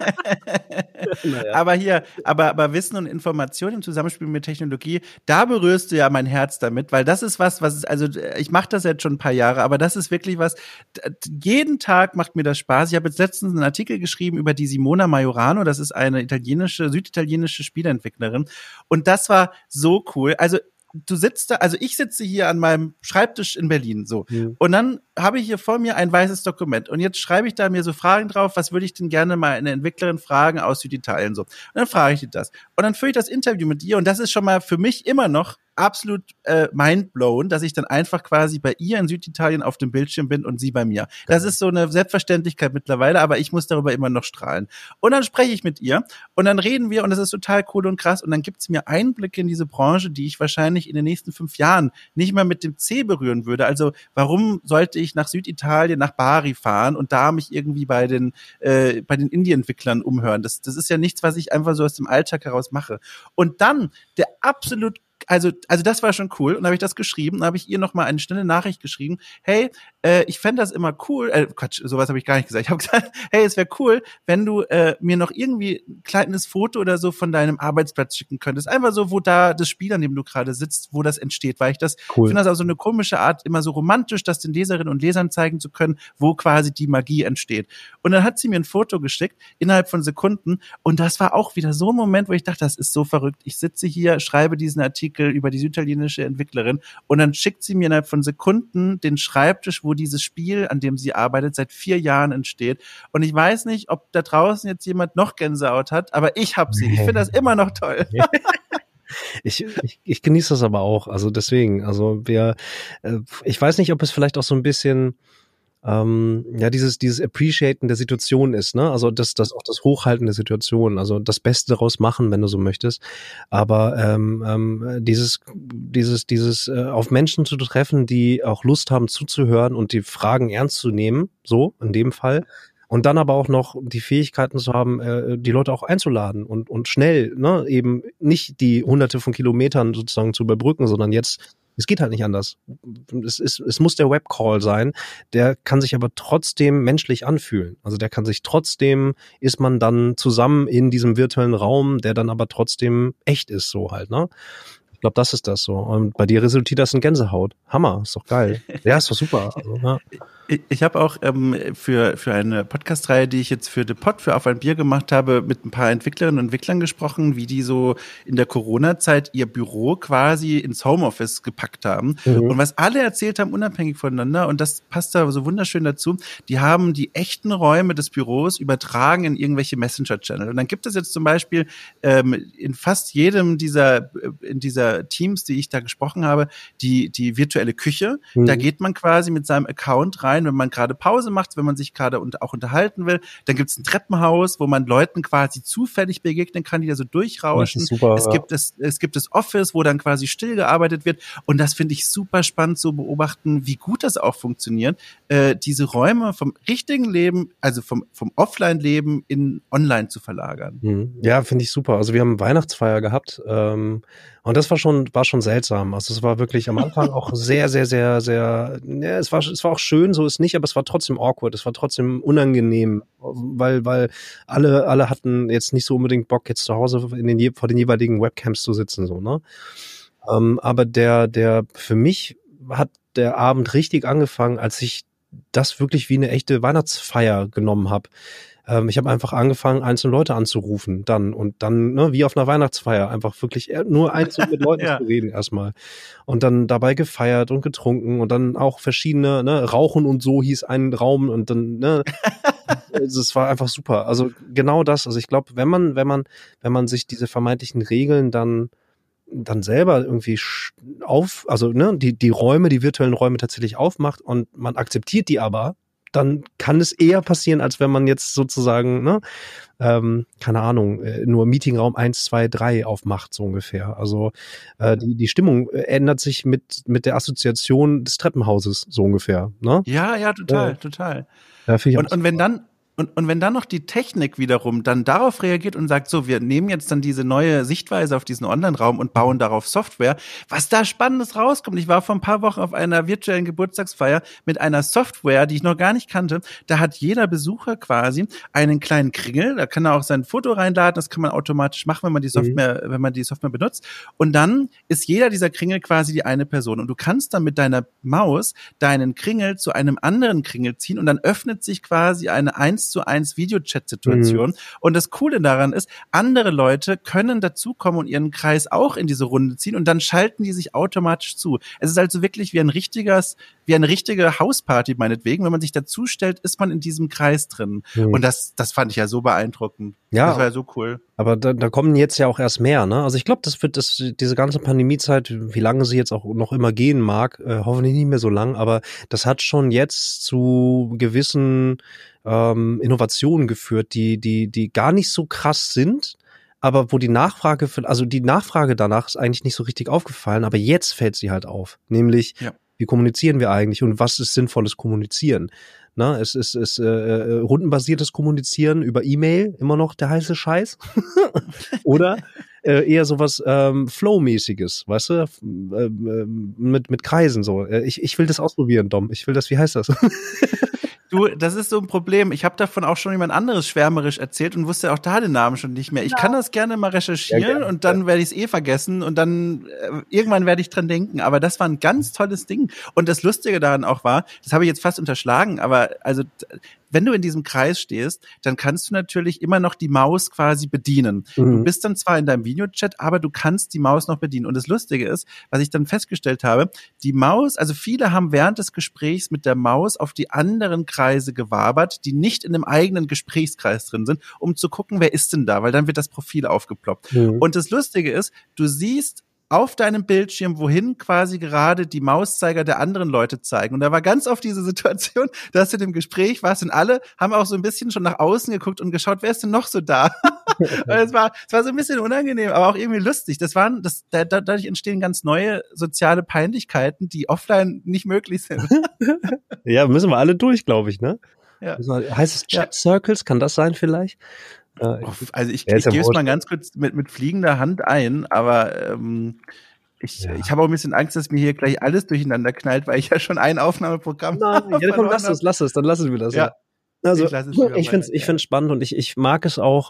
S1: Naja. Aber Wissen und Information im Zusammenspiel mit Technologie, da berührst du ja mein Herz damit, weil das ist was ist, also ich mache das jetzt schon ein paar Jahre, aber das ist wirklich was, jeden Tag macht mir das Spaß. Ich habe jetzt letztens einen Artikel geschrieben über die Simona Majorano, das ist eine süditalienische Spieleentwicklerin und das war so cool. Also ich sitze hier an meinem Schreibtisch in Berlin, so. Und dann habe ich hier vor mir ein weißes Dokument. Und jetzt schreibe ich da mir so Fragen drauf, was würde ich denn gerne mal eine Entwicklerin fragen aus Süditalien, so. Und dann frage ich die das. Und dann führe ich das Interview mit ihr. Und das ist schon mal für mich immer noch absolut mindblown, dass ich dann einfach quasi bei ihr in Süditalien auf dem Bildschirm bin und sie bei mir. Das ist so eine Selbstverständlichkeit mittlerweile, aber ich muss darüber immer noch strahlen. Und dann spreche ich mit ihr und dann reden wir und das ist total cool und krass und dann gibt es mir Einblicke in diese Branche, die ich wahrscheinlich in den nächsten 5 Jahren nicht mehr mit dem C berühren würde. Also warum sollte ich nach Süditalien, nach Bari fahren und da mich irgendwie bei den Indie-Entwicklern umhören? Das ist ja nichts, was ich einfach so aus dem Alltag heraus mache. Und dann der absolut also das war schon cool. Und dann habe ich das geschrieben, dann habe ich ihr nochmal eine schnelle Nachricht geschrieben. Hey, ich fände das immer cool. Quatsch, sowas habe ich gar nicht gesagt. Ich habe gesagt, hey, es wäre cool, wenn du mir noch irgendwie ein kleines Foto oder so von deinem Arbeitsplatz schicken könntest. Einfach so, wo da das Spiel, an dem du gerade sitzt, wo das entsteht. Weil ich finde das auch so eine komische Art, immer so romantisch, das den Leserinnen und Lesern zeigen zu können, wo quasi die Magie entsteht. Und dann hat sie mir ein Foto geschickt, innerhalb von Sekunden. Und das war auch wieder so ein Moment, wo ich dachte, das ist so verrückt. Ich sitze hier, schreibe diesen Artikel Artikel über die süditalienische Entwicklerin und dann schickt sie mir innerhalb von Sekunden den Schreibtisch, wo dieses Spiel, an dem sie arbeitet, seit 4 Jahren entsteht. Und ich weiß nicht, ob da draußen jetzt jemand noch Gänsehaut hat, aber ich hab sie. Ich finde das immer noch toll.
S2: Ich genieße das aber auch, also deswegen, also ich weiß nicht, ob es vielleicht auch so ein bisschen dieses Appreciaten der Situation ist, ne? Also das auch das Hochhalten der Situation, also das Beste daraus machen, wenn du so möchtest. Aber dieses auf Menschen zu treffen, die auch Lust haben zuzuhören und die Fragen ernst zu nehmen, so in dem Fall. Und dann aber auch noch die Fähigkeiten zu haben, die Leute auch einzuladen und schnell, ne, eben nicht die hunderte von Kilometern sozusagen zu überbrücken, sondern jetzt, es geht halt nicht anders. Es muss der Webcall sein, der kann sich aber trotzdem menschlich anfühlen. Also der kann sich trotzdem, ist man dann zusammen in diesem virtuellen Raum, der dann aber trotzdem echt ist, so halt, ne? Ich glaube, das ist das so. Und bei dir resultiert das in Gänsehaut. Hammer, ist doch geil. Ja, ist doch super. Also, ja.
S1: Ich habe auch für eine Podcast-Reihe, die ich jetzt für The Pod, für Auf ein Bier gemacht habe, mit ein paar Entwicklerinnen und Entwicklern gesprochen, wie die so in der Corona-Zeit ihr Büro quasi ins Homeoffice gepackt haben. Und was alle erzählt haben, unabhängig voneinander, und das passt da so wunderschön dazu, die haben die echten Räume des Büros übertragen in irgendwelche Messenger-Channel. Und dann gibt es jetzt zum Beispiel in fast jedem dieser Teams, die ich da gesprochen habe, die virtuelle Küche. Da geht man quasi mit seinem Account rein, wenn man gerade Pause macht, wenn man sich gerade auch unterhalten will. Dann gibt es ein Treppenhaus, wo man Leuten quasi zufällig begegnen kann, die da so durchrauschen.
S2: Super,
S1: es gibt das Office, wo dann quasi still gearbeitet wird. Und das finde ich super spannend zu beobachten, wie gut das auch funktioniert, diese Räume vom richtigen Leben, also vom Offline-Leben in Online zu verlagern.
S2: Ja, finde ich super. Also wir haben Weihnachtsfeier gehabt, und das war schon seltsam. Also es war wirklich am Anfang auch sehr, sehr, sehr, sehr, ja, es war auch schön, so ist nicht, aber es war trotzdem awkward, es war trotzdem unangenehm, weil alle hatten jetzt nicht so unbedingt Bock, jetzt zu Hause vor den jeweiligen Webcams zu sitzen, so, ne? Aber für mich hat der Abend richtig angefangen, als ich das wirklich wie eine echte Weihnachtsfeier genommen habe. Ich habe einfach angefangen, einzelne Leute anzurufen und dann, ne, wie auf einer Weihnachtsfeier, einfach wirklich nur einzeln mit Leuten zu reden erstmal. Und dann dabei gefeiert und getrunken und dann auch verschiedene, ne, Rauchen und so hieß ein Raum und dann, ne, es war einfach super. Also genau das. Also ich glaube, wenn man sich diese vermeintlichen Regeln dann selber irgendwie also ne, die Räume, die virtuellen Räume tatsächlich aufmacht und man akzeptiert die aber, dann kann es eher passieren, als wenn man jetzt sozusagen, ne, keine Ahnung, nur Meetingraum 1, 2, 3 aufmacht, so ungefähr. Also die Stimmung ändert sich mit der Assoziation des Treppenhauses, so ungefähr. Ne?
S1: Ja, total.
S2: Ja,
S1: Und wenn dann noch die Technik wiederum dann darauf reagiert und sagt, so, wir nehmen jetzt dann diese neue Sichtweise auf diesen Online-Raum und bauen darauf Software, was da Spannendes rauskommt. Ich war vor ein paar Wochen auf einer virtuellen Geburtstagsfeier mit einer Software, die ich noch gar nicht kannte. Da hat jeder Besucher quasi einen kleinen Kringel, da kann er auch sein Foto reinladen, das kann man automatisch machen, wenn man die Software benutzt. Und dann ist jeder dieser Kringel quasi die eine Person. Und du kannst dann mit deiner Maus deinen Kringel zu einem anderen Kringel ziehen und dann öffnet sich quasi eine 1:1 Videochat-Situation. Und das Coole daran ist, andere Leute können dazukommen und ihren Kreis auch in diese Runde ziehen und dann schalten die sich automatisch zu. Es ist also wirklich wie eine richtige Hausparty meinetwegen. Wenn man sich dazu stellt, ist man in diesem Kreis drin. Und das fand ich ja so beeindruckend.
S2: Ja,
S1: das war ja so cool.
S2: Aber da kommen jetzt ja auch erst mehr, ne? Also ich glaube, diese ganze Pandemiezeit, wie lange sie jetzt auch noch immer gehen mag, hoffentlich nicht mehr so lang, aber das hat schon jetzt zu gewissen Innovationen geführt, die gar nicht so krass sind, aber wo die Nachfrage danach ist eigentlich nicht so richtig aufgefallen, aber jetzt fällt sie halt auf. Nämlich, wie kommunizieren wir eigentlich und was ist sinnvolles Kommunizieren? Na, es ist rundenbasiertes Kommunizieren über E-Mail immer noch der heiße Scheiß. Oder eher sowas Flow-mäßiges, weißt du? Mit Kreisen so. Ich will das ausprobieren, Dom. Wie heißt das?
S1: Du, das ist so ein Problem. Ich habe davon auch schon jemand anderes schwärmerisch erzählt und wusste auch da den Namen schon nicht mehr. Ich kann das gerne mal recherchieren und dann werde ich es vergessen und dann irgendwann werde ich dran denken. Aber das war ein ganz tolles Ding. Und das Lustige daran auch war, das habe ich jetzt fast unterschlagen, aber also wenn du in diesem Kreis stehst, dann kannst du natürlich immer noch die Maus quasi bedienen. Du bist dann zwar in deinem Videochat, aber du kannst die Maus noch bedienen. Und das Lustige ist, was ich dann festgestellt habe, die Maus, also viele haben während des Gesprächs mit der Maus auf die anderen Kreise gewabert, die nicht in einem eigenen Gesprächskreis drin sind, um zu gucken, wer ist denn da, weil dann wird das Profil aufgeploppt. Und das Lustige ist, du siehst auf deinem Bildschirm, wohin quasi gerade die Mauszeiger der anderen Leute zeigen. Und da war ganz oft diese Situation, dass du in dem Gespräch warst und alle haben auch so ein bisschen schon nach außen geguckt und geschaut, wer ist denn noch so da? Es war so ein bisschen unangenehm, aber auch irgendwie lustig. Dadurch entstehen ganz neue soziale Peinlichkeiten, die offline nicht möglich sind.
S2: Ja, müssen wir alle durch, glaube ich, ne?
S1: Ja.
S2: Heißt es Chat Circles? Kann das sein vielleicht?
S1: Also ich gebe es mal ganz kurz mit fliegender Hand ein, aber ich habe auch ein bisschen Angst, dass mir hier gleich alles durcheinander knallt, weil ich ja schon ein Aufnahmeprogramm habe.
S2: Ja, komm, lass es, dann lassen wir das.
S1: Ja.
S2: Also ich find's spannend und ich mag es auch.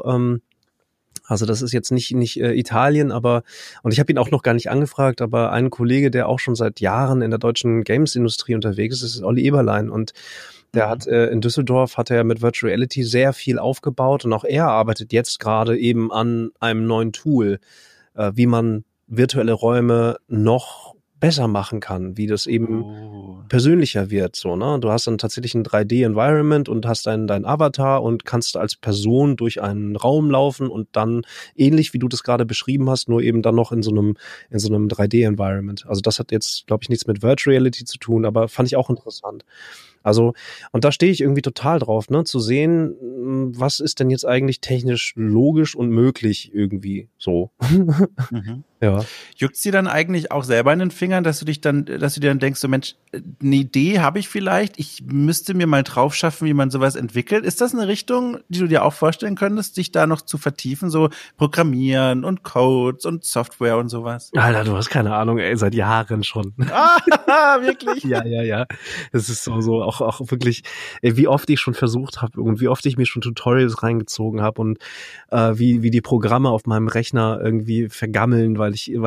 S2: Also das ist jetzt nicht Italien, aber und ich habe ihn auch noch gar nicht angefragt, aber ein Kollege, der auch schon seit Jahren in der deutschen Games-Industrie unterwegs ist Olli Eberlein und der hat in Düsseldorf hat er mit Virtual Reality sehr viel aufgebaut und auch er arbeitet jetzt gerade eben an einem neuen Tool, wie man virtuelle Räume noch besser machen kann, wie das eben persönlicher wird, so, ne? Du hast dann tatsächlich ein 3D-Environment und hast dein Avatar und kannst als Person durch einen Raum laufen und dann ähnlich wie du das gerade beschrieben hast, nur eben dann noch in so einem 3D-Environment. Also das hat jetzt, glaube ich, nichts mit Virtual Reality zu tun, aber fand ich auch interessant. Also, und da stehe ich irgendwie total drauf, ne, zu sehen, was ist denn jetzt eigentlich technisch logisch und möglich irgendwie so. Ja.
S1: Juckt's dir dann eigentlich auch selber in den Fingern, dass du dir dann denkst, so Mensch, eine Idee habe ich vielleicht, ich müsste mir mal drauf schaffen, wie man sowas entwickelt. Ist das eine Richtung, die du dir auch vorstellen könntest, dich da noch zu vertiefen, so Programmieren und Codes und Software und sowas?
S2: Alter, du hast keine Ahnung, ey, seit Jahren schon.
S1: Ah, wirklich?
S2: Ja. Es ist so auch wirklich, wie oft ich schon versucht habe und wie oft ich mir schon Tutorials reingezogen habe und wie die Programme auf meinem Rechner irgendwie vergammeln, weil ich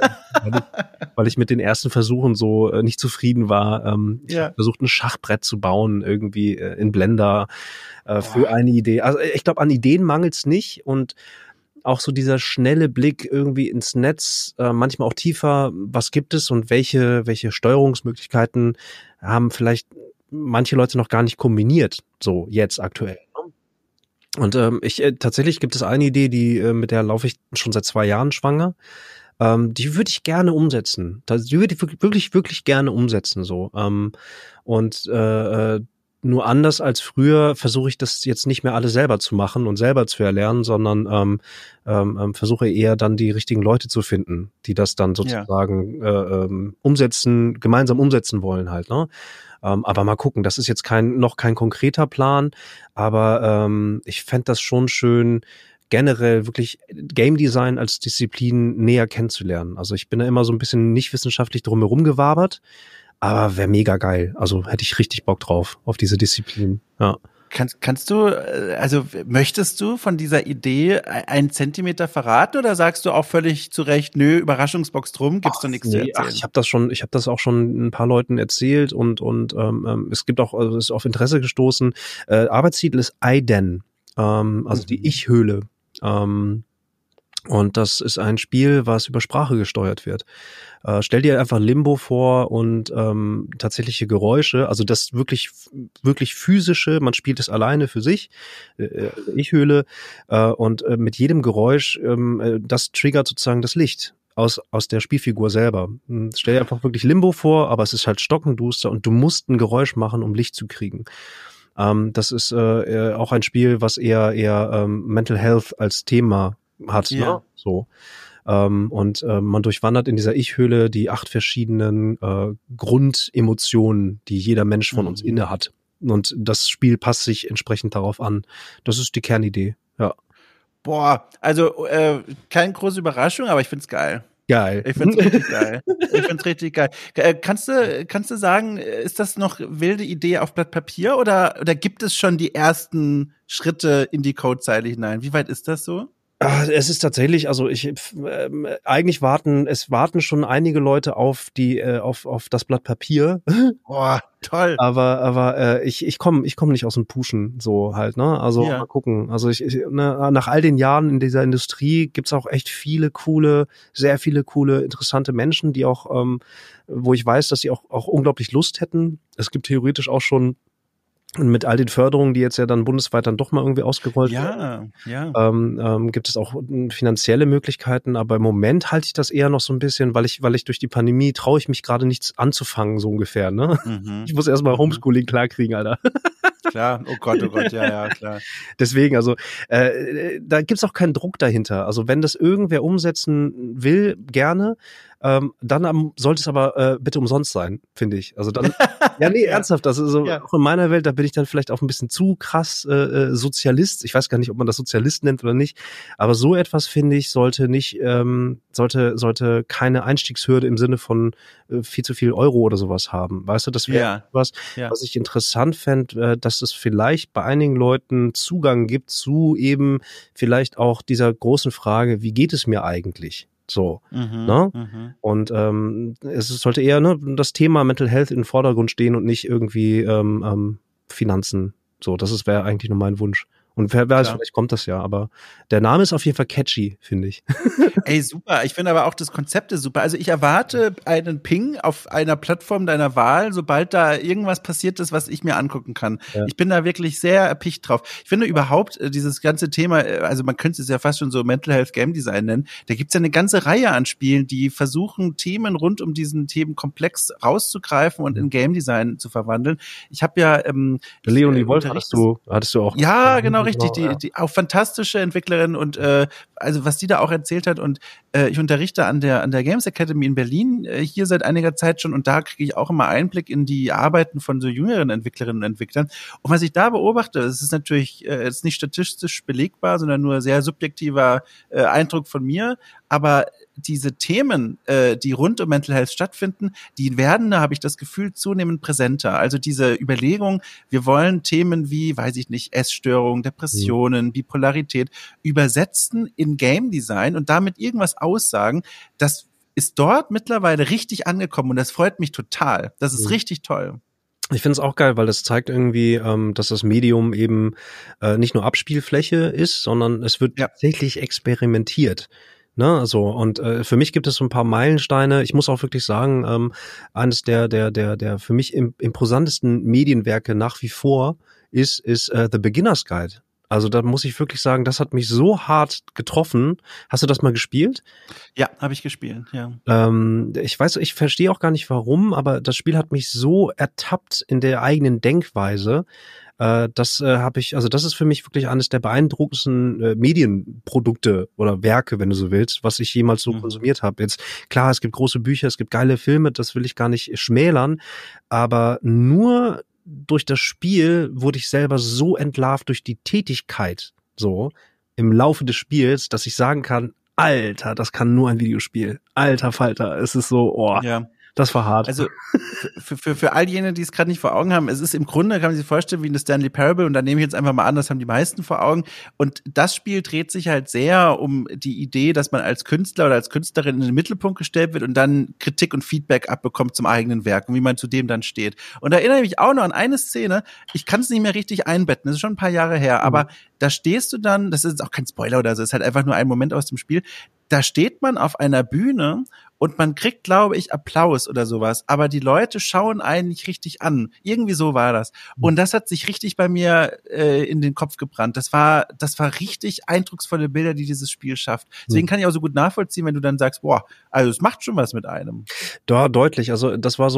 S2: mit den ersten Versuchen so nicht zufrieden war. Ich habe versucht, ein Schachbrett zu bauen, irgendwie in Blender für eine Idee. Also ich glaube, an Ideen mangelt's nicht und auch so dieser schnelle Blick irgendwie ins Netz, manchmal auch tiefer, was gibt es und welche Steuerungsmöglichkeiten haben vielleicht manche Leute noch gar nicht kombiniert, so jetzt aktuell. Und tatsächlich gibt es eine Idee, mit der laufe ich schon seit 2 Jahren schwanger. Die würde ich gerne umsetzen. Die würde ich wirklich, wirklich gerne umsetzen, so. Nur anders als früher versuche ich das jetzt nicht mehr alles selber zu machen und selber zu erlernen, sondern versuche eher dann die richtigen Leute zu finden, die das dann sozusagen gemeinsam umsetzen wollen halt, ne? Aber mal gucken, das ist jetzt noch kein konkreter Plan, aber ich fände das schon schön, generell wirklich Game Design als Disziplin näher kennenzulernen. Also ich bin da immer so ein bisschen nicht wissenschaftlich drumherum gewabert, aber wäre mega geil. Also hätte ich richtig Bock drauf, auf diese Disziplin. Ja.
S1: Kannst du, also möchtest du von dieser Idee 1 Zentimeter verraten oder sagst du auch völlig zu Recht, nö, Überraschungsbox drum, gibt's doch nichts zu erzählen?
S2: Ich habe das auch schon ein paar Leuten erzählt und es gibt auch, also es ist auf Interesse gestoßen. Arbeitstitel ist Aiden, also die Ich-Höhle. Und das ist ein Spiel, was über Sprache gesteuert wird. Stell dir einfach Limbo vor und tatsächliche Geräusche, also das wirklich physische, man spielt es alleine für sich, Ich-Höhle, und mit jedem Geräusch, das triggert sozusagen das Licht aus der Spielfigur selber. Stell dir einfach wirklich Limbo vor, aber es ist halt stockenduster und du musst ein Geräusch machen, um Licht zu kriegen. Das ist auch ein Spiel, was eher Mental Health als Thema hat, ne? So. Und man durchwandert in dieser Ich-Höhle die 8 verschiedenen Grundemotionen, die jeder Mensch von uns inne hat. Und das Spiel passt sich entsprechend darauf an. Das ist die Kernidee, ja.
S1: Boah, also keine große Überraschung, aber ich find's geil.
S2: Geil.
S1: Ich find's richtig geil. Kannst du sagen, ist das noch wilde Idee auf Blatt Papier oder gibt es schon die ersten Schritte in die Codezeile hinein? Wie weit ist das so?
S2: Es ist tatsächlich, also eigentlich warten schon einige Leute auf auf das Blatt Papier.
S1: Boah, toll.
S2: Aber ich komme nicht aus dem Pushen, so halt, ne? Also
S1: Ja.
S2: mal gucken. Also nach all den Jahren in dieser Industrie gibt's auch echt sehr viele coole, interessante Menschen, die auch, wo ich weiß, dass sie auch unglaublich Lust hätten. Es gibt theoretisch auch schon mit all den Förderungen, die jetzt ja dann bundesweit dann doch mal irgendwie ausgerollt werden, gibt es auch finanzielle Möglichkeiten, aber im Moment halte ich das eher noch so ein bisschen, weil ich durch die Pandemie traue ich mich gerade nichts anzufangen, so ungefähr, ne? Ich muss erstmal Homeschooling klarkriegen, Alter.
S1: Klar, oh Gott, ja, klar.
S2: Deswegen, also da gibt's auch keinen Druck dahinter. Also wenn das irgendwer umsetzen will, gerne, dann sollte es aber bitte umsonst sein, finde ich. Also dann, ja, nee, ernsthaft, das ist so, auch in meiner Welt, da bin ich dann vielleicht auch ein bisschen zu krass Sozialist. Ich weiß gar nicht, ob man das Sozialist nennt oder nicht, aber so etwas, finde ich, sollte nicht, sollte keine Einstiegshürde im Sinne von viel zu viel Euro oder sowas haben. Weißt du, das wäre was ich interessant fände, dass es vielleicht bei einigen Leuten Zugang gibt zu eben vielleicht auch dieser großen Frage, wie geht es mir eigentlich? So, ne? Und es sollte eher das Thema Mental Health in den Vordergrund stehen und nicht irgendwie Finanzen. So, das wäre eigentlich nur mein Wunsch. Und wer weiß, vielleicht kommt das ja, aber der Name ist auf jeden Fall catchy, finde ich.
S1: Ey, super. Ich finde aber auch das Konzept ist super. Also ich erwarte einen Ping auf einer Plattform deiner Wahl, sobald da irgendwas passiert ist, was ich mir angucken kann. Ja. Ich bin da wirklich sehr erpicht drauf. Ich finde überhaupt dieses ganze Thema, also man könnte es ja fast schon so Mental Health Game Design nennen, da gibt's ja eine ganze Reihe an Spielen, die versuchen, Themen rund um diesen Themenkomplex rauszugreifen und in Game Design zu verwandeln. Ich habe ja
S2: Leonie Wolf hattest du auch.
S1: Ja, genau, richtig. Die auch fantastische Entwicklerin und also was die da auch erzählt hat und ich unterrichte an der Games Academy in Berlin hier seit einiger Zeit schon und da kriege ich auch immer Einblick in die Arbeiten von so jüngeren Entwicklerinnen und Entwicklern. Und was ich da beobachte, es ist natürlich jetzt nicht statistisch belegbar, sondern nur sehr subjektiver Eindruck von mir, aber diese Themen, die rund um Mental Health stattfinden, die werden, da habe ich das Gefühl, zunehmend präsenter. Also diese Überlegung, wir wollen Themen wie, weiß ich nicht, Essstörungen, Depressionen, Bipolarität übersetzen in Game Design und damit irgendwas aussagen, das ist dort mittlerweile richtig angekommen und das freut mich total. Das ist richtig toll.
S2: Ich finde es auch geil, weil das zeigt irgendwie, dass das Medium eben nicht nur Abspielfläche ist, sondern es wird tatsächlich experimentiert. Ne, also und für mich gibt es so ein paar Meilensteine. Ich muss auch wirklich sagen, eines der für mich imposantesten Medienwerke nach wie vor ist The Beginner's Guide. Also da muss ich wirklich sagen, das hat mich so hart getroffen. Hast du das mal gespielt?
S1: Ja, habe ich gespielt, ja.
S2: Ich verstehe auch gar nicht warum, aber das Spiel hat mich so ertappt in der eigenen Denkweise. Das ist für mich wirklich eines der beeindruckendsten Medienprodukte oder Werke, wenn du so willst, was ich jemals so konsumiert habe. Jetzt klar, es gibt große Bücher, es gibt geile Filme, das will ich gar nicht schmälern, aber nur durch das Spiel wurde ich selber so entlarvt durch die Tätigkeit so im Laufe des Spiels, dass ich sagen kann, Alter, das kann nur ein Videospiel. Alter Falter, es ist so, das war hart.
S1: Also für all jene, die es gerade nicht vor Augen haben, es ist im Grunde, kann man sich vorstellen, wie eine Stanley Parable und da nehme ich jetzt einfach mal an, das haben die meisten vor Augen und das Spiel dreht sich halt sehr um die Idee, dass man als Künstler oder als Künstlerin in den Mittelpunkt gestellt wird und dann Kritik und Feedback abbekommt zum eigenen Werk und wie man zu dem dann steht. Und da erinnere ich mich auch noch an eine Szene, ich kann es nicht mehr richtig einbetten, das ist schon ein paar Jahre her, aber da stehst du dann, das ist auch kein Spoiler oder so, es ist halt einfach nur ein Moment aus dem Spiel, da steht man auf einer Bühne und man kriegt, glaube ich, Applaus oder sowas, aber die Leute schauen einen nicht richtig an. Irgendwie so war das. Und das hat sich richtig bei mir in den Kopf gebrannt. Das war richtig eindrucksvolle Bilder, die dieses Spiel schafft. Deswegen kann ich auch so gut nachvollziehen, wenn du dann sagst, boah, also es macht schon was mit einem.
S2: Ja, deutlich. Also das war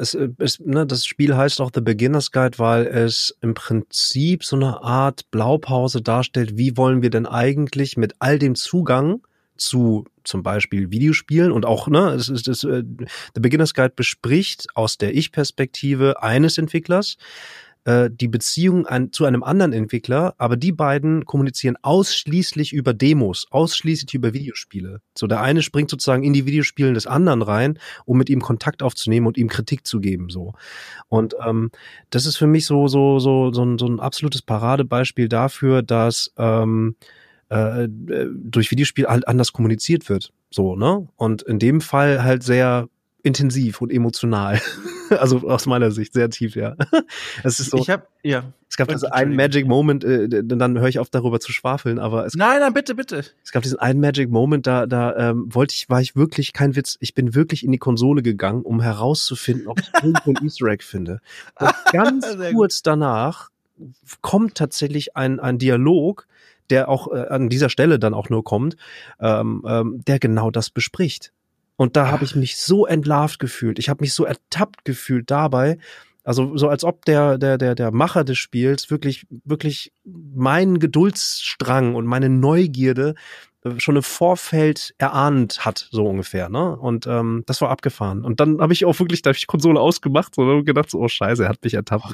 S2: das Spiel heißt auch The Beginner's Guide, weil es im Prinzip so eine Art Blaupause darstellt, wie wollen wir denn eigentlich mit all dem Zugang zu zum Beispiel Videospielen und auch, The Beginner's Guide bespricht aus der Ich-Perspektive eines Entwicklers die Beziehung zu einem anderen Entwickler, aber die beiden kommunizieren ausschließlich über Demos, ausschließlich über Videospiele. So, der eine springt sozusagen in die Videospielen des anderen rein, um mit ihm Kontakt aufzunehmen und ihm Kritik zu geben, so. Und das ist für mich so ein absolutes Paradebeispiel dafür, dass durch Videospiel halt anders kommuniziert wird. So, ne? Und in dem Fall halt sehr intensiv und emotional. Also aus meiner Sicht sehr tief, ja. Es ist so. Es gab also einen Magic Moment, dann höre ich auf, darüber zu schwafeln, aber
S1: Nein, bitte, bitte.
S2: Es gab diesen einen Magic Moment, da war ich wirklich, kein Witz, ich bin wirklich in die Konsole gegangen, um herauszufinden, ob ich irgendwo ein Easter Egg finde. Und ganz kurz danach kommt tatsächlich ein Dialog, der auch an dieser Stelle dann auch nur kommt, der genau das bespricht. Und da habe ich mich so entlarvt gefühlt. Ich habe mich so ertappt gefühlt dabei. Also so als ob der Macher des Spiels wirklich meinen Geduldsstrang und meine Neugierde schon im Vorfeld erahnt hat, so ungefähr, ne? Und das war abgefahren. Und dann habe ich auch wirklich, da habe ich die Konsole ausgemacht so, und gedacht so, oh Scheiße, er hat mich ertappt.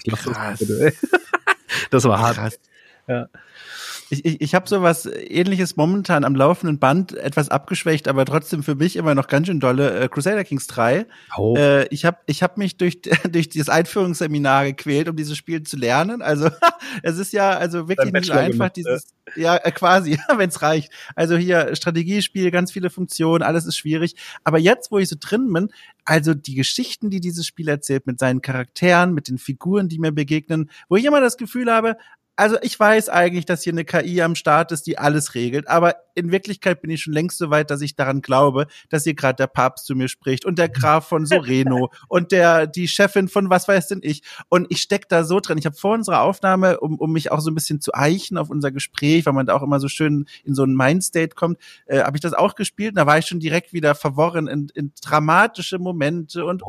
S2: Das war hart. Krass. Ja.
S1: Ich habe sowas Ähnliches momentan am laufenden Band, etwas abgeschwächt, aber trotzdem für mich immer noch ganz schön dolle, Crusader Kings 3.
S2: Oh.
S1: Ich hab mich durch dieses Einführungsseminar gequält, um dieses Spiel zu lernen. Also es ist ja also wirklich nicht einfach, quasi, wenn es reicht. Also hier Strategiespiel, ganz viele Funktionen, alles ist schwierig. Aber jetzt, wo ich so drin bin, also die Geschichten, die dieses Spiel erzählt, mit seinen Charakteren, mit den Figuren, die mir begegnen, wo ich immer das Gefühl habe, also ich weiß eigentlich, dass hier eine KI am Start ist, die alles regelt, aber in Wirklichkeit bin ich schon längst so weit, dass ich daran glaube, dass hier gerade der Papst zu mir spricht und der Graf von Soreno und die Chefin von was weiß denn ich. Und ich steck da so drin. Ich habe vor unserer Aufnahme, um mich auch so ein bisschen zu eichen auf unser Gespräch, weil man da auch immer so schön in so einen Mindstate kommt, habe ich das auch gespielt. Und da war ich schon direkt wieder verworren in dramatische Momente und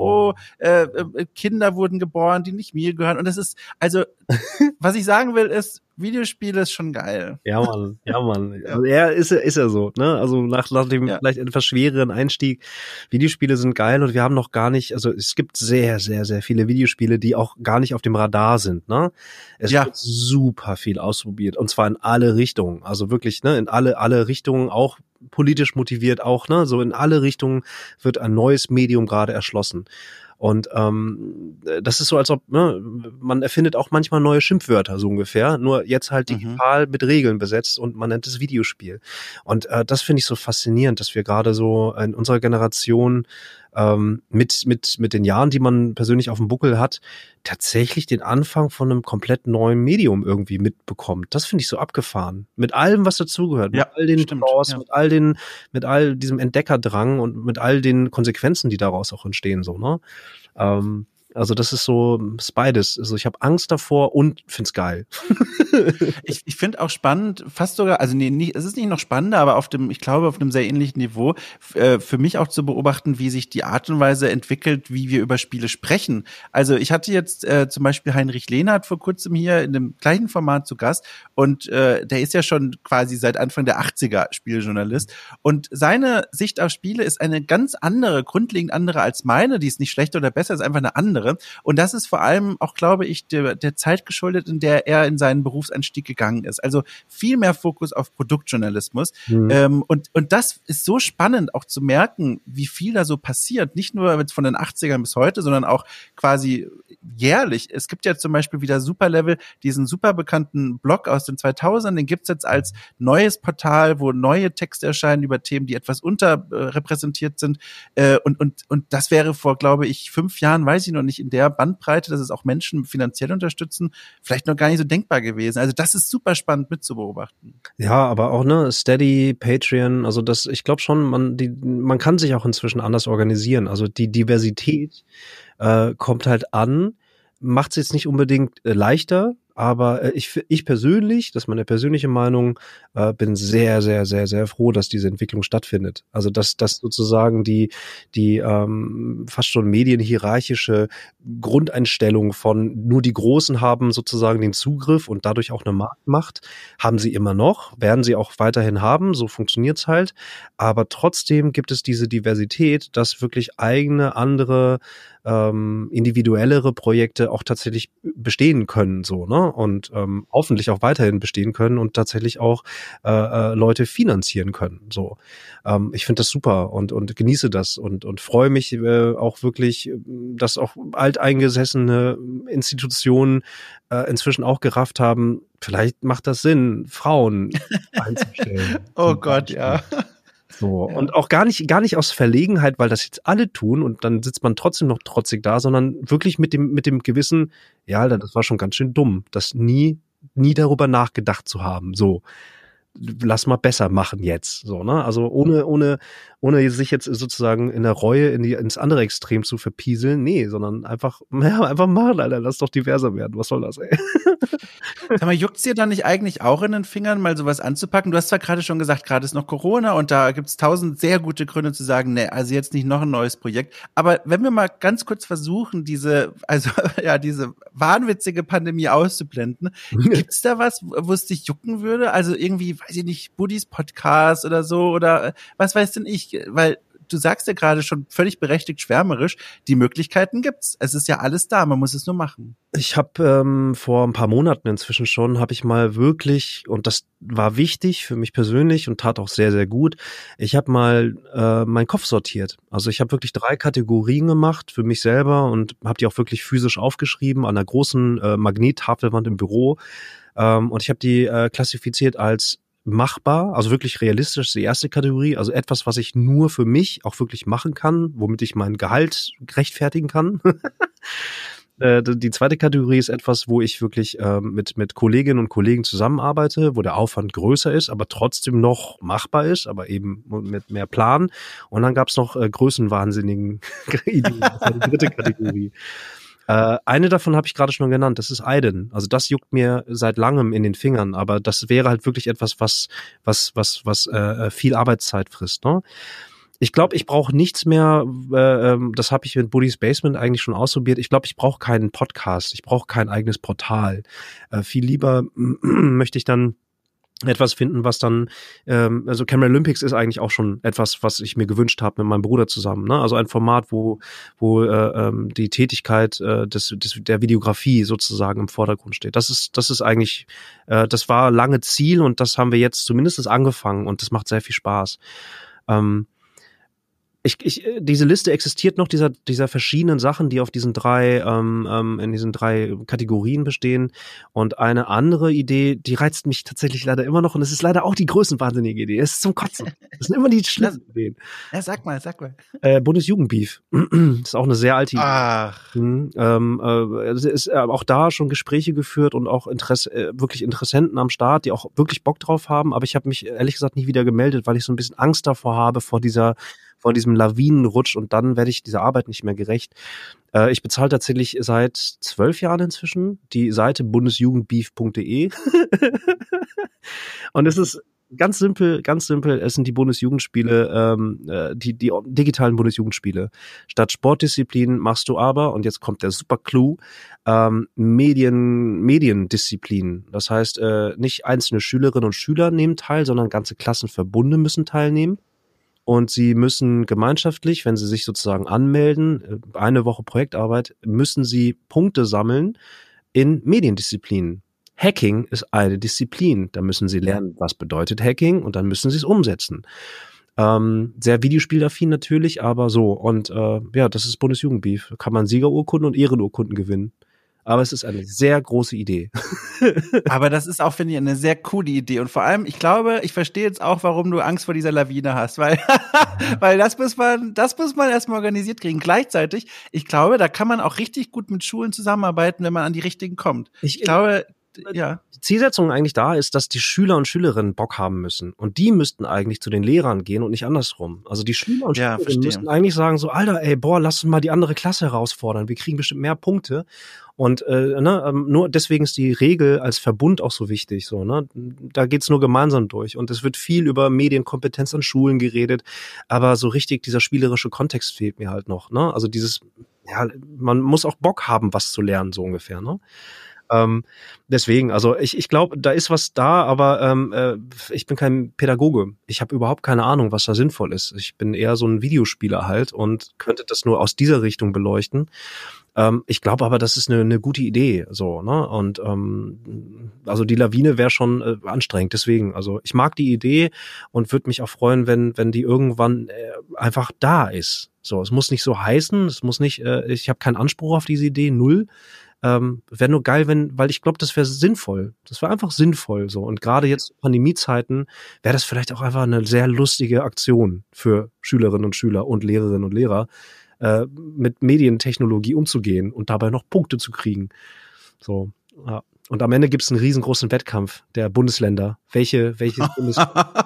S1: Kinder wurden geboren, die nicht mir gehören. Und das ist, also, was ich sagen will, ist, Videospiele ist schon geil.
S2: Ja, Mann. Also ist er so, ne? Also nach dem vielleicht etwas schwereren Einstieg. Videospiele sind geil und wir haben noch gar nicht, also es gibt sehr, sehr, sehr viele Videospiele, die auch gar nicht auf dem Radar sind, ne? Es wird super viel ausprobiert und zwar in alle Richtungen. Also wirklich, ne? In alle Richtungen, auch politisch motiviert auch, ne? So in alle Richtungen wird ein neues Medium gerade erschlossen. Und das ist so, als ob, ne, man erfindet auch manchmal neue Schimpfwörter, so ungefähr, nur jetzt halt digital mit Regeln besetzt und man nennt es Videospiel. Und das finde ich so faszinierend, dass wir gerade so in unserer Generation mit den Jahren, die man persönlich auf dem Buckel hat, tatsächlich den Anfang von einem komplett neuen Medium irgendwie mitbekommt. Das finde ich so abgefahren. Mit allem, was dazugehört. Mit all den Flaws, mit all diesem Entdeckerdrang und mit all den Konsequenzen, die daraus auch entstehen, so, ne? Also das ist so beides. Also ich habe Angst davor und find's geil.
S1: Ich finde auch spannend, fast sogar, also es ist nicht noch spannender, aber ich glaube auf einem sehr ähnlichen Niveau, für mich auch zu beobachten, wie sich die Art und Weise entwickelt, wie wir über Spiele sprechen. Also ich hatte jetzt zum Beispiel Heinrich Lehnhardt vor kurzem hier in dem gleichen Format zu Gast und der ist ja schon quasi seit Anfang der 80er Spieljournalist und seine Sicht auf Spiele ist eine ganz andere, grundlegend andere als meine, die ist nicht schlechter oder besser, ist einfach eine andere. Und das ist vor allem auch, glaube ich, der Zeit geschuldet, in der er in seinen Berufseinstieg gegangen ist. Also viel mehr Fokus auf Produktjournalismus. Und das ist so spannend auch zu merken, wie viel da so passiert. Nicht nur jetzt von den 80ern bis heute, sondern auch quasi jährlich. Es gibt ja zum Beispiel wieder Superlevel, diesen super bekannten Blog aus den 2000ern, den gibt's jetzt als neues Portal, wo neue Texte erscheinen über Themen, die etwas unterrepräsentiert sind. Und das wäre vor, glaube ich, 5 Jahren, weiß ich noch nicht, in der Bandbreite, dass es auch Menschen finanziell unterstützen, vielleicht noch gar nicht so denkbar gewesen. Also das ist super spannend mitzubeobachten.
S2: Ja, aber auch, ne, Steady, Patreon, also ich glaube schon, man kann sich auch inzwischen anders organisieren. Also die Diversität kommt halt an, macht es jetzt nicht unbedingt leichter, aber ich persönlich, das ist meine persönliche Meinung, bin sehr, sehr, sehr, sehr froh, dass diese Entwicklung stattfindet. Also dass sozusagen die fast schon medienhierarchische Grundeinstellung von nur die Großen haben sozusagen den Zugriff und dadurch auch eine Marktmacht, haben sie immer noch, werden sie auch weiterhin haben, so funktioniert's halt. Aber trotzdem gibt es diese Diversität, dass wirklich eigene, andere individuellere Projekte auch tatsächlich bestehen können, so, ne? ne? Und hoffentlich auch weiterhin bestehen können und tatsächlich auch Leute finanzieren können. So, ich finde das super und genieße das und freue mich auch wirklich, dass auch alteingesessene Institutionen inzwischen auch gerafft haben, vielleicht macht das Sinn, Frauen einzustellen.
S1: Oh Gott, ja.
S2: So.
S1: Ja.
S2: Und auch gar nicht aus Verlegenheit, weil das jetzt alle tun und dann sitzt man trotzdem noch trotzig da, sondern wirklich mit dem Gewissen, ja, Alter, das war schon ganz schön dumm, das nie darüber nachgedacht zu haben. So. Lass mal besser machen jetzt, so, ne? Also ohne sich jetzt sozusagen in der Reue ins andere Extrem zu verpieseln, nee, sondern einfach machen, Alter, lass doch diverser werden, was soll das, ey?
S1: Sag mal, juckt's dir dann nicht eigentlich auch in den Fingern, mal sowas anzupacken? Du hast zwar gerade schon gesagt, gerade ist noch Corona und da gibt's 1000 sehr gute Gründe zu sagen, nee, also jetzt nicht noch ein neues Projekt. Aber wenn wir mal ganz kurz versuchen, diese wahnwitzige Pandemie auszublenden, gibt's da was, wo es dich jucken würde? Also irgendwie, weiß ich nicht, Buddies Podcast oder so oder was weiß denn ich, weil du sagst ja gerade schon völlig berechtigt schwärmerisch, die Möglichkeiten gibt's. Es ist ja alles da, man muss es nur machen.
S2: Ich habe vor ein paar Monaten inzwischen schon, habe ich mal wirklich, und das war wichtig für mich persönlich und tat auch sehr, sehr gut, ich habe mal meinen Kopf sortiert. Also ich habe wirklich 3 Kategorien gemacht für mich selber und habe die auch wirklich physisch aufgeschrieben an einer großen Magnettafelwand im Büro. Und ich habe die klassifiziert als machbar, also wirklich realistisch, die erste Kategorie, also etwas, was ich nur für mich auch wirklich machen kann, womit ich mein Gehalt rechtfertigen kann. Die zweite Kategorie ist etwas, wo ich wirklich mit Kolleginnen und Kollegen zusammenarbeite, wo der Aufwand größer ist, aber trotzdem noch machbar ist, aber eben mit mehr Plan. Und dann gab's noch größenwahnsinnigen Ideen, das war die dritte Kategorie. Eine davon habe ich gerade schon genannt, das ist Aiden. Also das juckt mir seit langem in den Fingern, aber das wäre halt wirklich etwas, was viel Arbeitszeit frisst, ne? Ich glaube, ich brauche nichts mehr, das habe ich mit Buddy's Basement eigentlich schon ausprobiert. Ich glaube, ich brauche keinen Podcast, ich brauche kein eigenes Portal. Viel lieber möchte ich dann etwas finden, was dann, also Camera Olympics ist eigentlich auch schon etwas, was ich mir gewünscht habe mit meinem Bruder zusammen, ne? Also ein Format, wo die Tätigkeit der Videografie sozusagen im Vordergrund steht. Das ist eigentlich, das war lange Ziel und das haben wir jetzt zumindest angefangen und das macht sehr viel Spaß. Diese Liste existiert noch, dieser verschiedenen Sachen, die auf diesen in diesen 3 Kategorien bestehen. Und eine andere Idee, die reizt mich tatsächlich leider immer noch. Und es ist leider auch die größenwahnsinnige Idee. Es ist zum Kotzen. Das sind immer die schlimmsten Ideen.
S1: Ja, sag mal.
S2: Bundesjugendbeef. Das ist auch eine sehr alte Idee.
S1: Ach.
S2: Es ist auch da schon Gespräche geführt und auch wirklich Interessenten am Start, die auch wirklich Bock drauf haben. Aber ich habe mich ehrlich gesagt nie wieder gemeldet, weil ich so ein bisschen Angst davor habe, vor diesem Lawinenrutsch und dann werde ich dieser Arbeit nicht mehr gerecht. Ich bezahle tatsächlich seit 12 Jahren inzwischen die Seite bundesjugendbeef.de und es ist ganz simpel, es sind die Bundesjugendspiele, die digitalen Bundesjugendspiele. Statt Sportdisziplin machst du aber, und jetzt kommt der super Clou, Mediendisziplin. Das heißt, nicht einzelne Schülerinnen und Schüler nehmen teil, sondern ganze Klassenverbunde müssen teilnehmen. Und sie müssen gemeinschaftlich, wenn sie sich sozusagen anmelden, eine Woche Projektarbeit, müssen sie Punkte sammeln in Mediendisziplinen. Hacking ist eine Disziplin. Da müssen sie lernen, was bedeutet Hacking und dann müssen sie es umsetzen. Sehr videospielaffin natürlich, aber so. Und ja, das ist Bundesjugendbeef. Da kann man Siegerurkunden und Ehrenurkunden gewinnen. Aber es ist eine sehr große Idee.
S1: Aber das ist auch, finde ich, eine sehr coole Idee. Und vor allem, ich glaube, ich verstehe jetzt auch, warum du Angst vor dieser Lawine hast, weil das muss man erstmal organisiert kriegen. Gleichzeitig, ich glaube, da kann man auch richtig gut mit Schulen zusammenarbeiten, wenn man an die richtigen kommt. Ich glaube, ja.
S2: Die Zielsetzung eigentlich da ist, dass die Schüler und Schülerinnen Bock haben müssen. Und die müssten eigentlich zu den Lehrern gehen und nicht andersrum. Also die Schüler und Schülerinnen müssten eigentlich sagen so, Alter, ey, lass uns mal die andere Klasse herausfordern. Wir kriegen bestimmt mehr Punkte. Und nur deswegen ist die Regel als Verbund auch so wichtig. So, ne? Da geht's nur gemeinsam durch. Und es wird viel über Medienkompetenz an Schulen geredet. Aber so richtig dieser spielerische Kontext fehlt mir halt noch. Ne? Also man muss auch Bock haben, was zu lernen, so ungefähr. Ne? Deswegen, also ich glaube, da ist was da, aber ich bin kein Pädagoge. Ich habe überhaupt keine Ahnung, was da sinnvoll ist. Ich bin eher so ein Videospieler halt und könnte das nur aus dieser Richtung beleuchten. Ich glaube aber, das ist eine gute Idee, so, ne? Und also die Lawine wäre schon anstrengend. Deswegen, also ich mag die Idee und würde mich auch freuen, wenn die irgendwann einfach da ist. So, es muss nicht so heißen, es muss nicht, ich habe keinen Anspruch auf diese Idee, null. Wäre nur geil, weil ich glaube, das wäre sinnvoll. Das wäre einfach sinnvoll so. Und gerade jetzt zu Pandemiezeiten wäre das vielleicht auch einfach eine sehr lustige Aktion für Schülerinnen und Schüler und Lehrerinnen und Lehrer, mit Medientechnologie umzugehen und dabei noch Punkte zu kriegen. So, ja. Und am Ende gibt es einen riesengroßen Wettkampf der Bundesländer. Welches Bundesland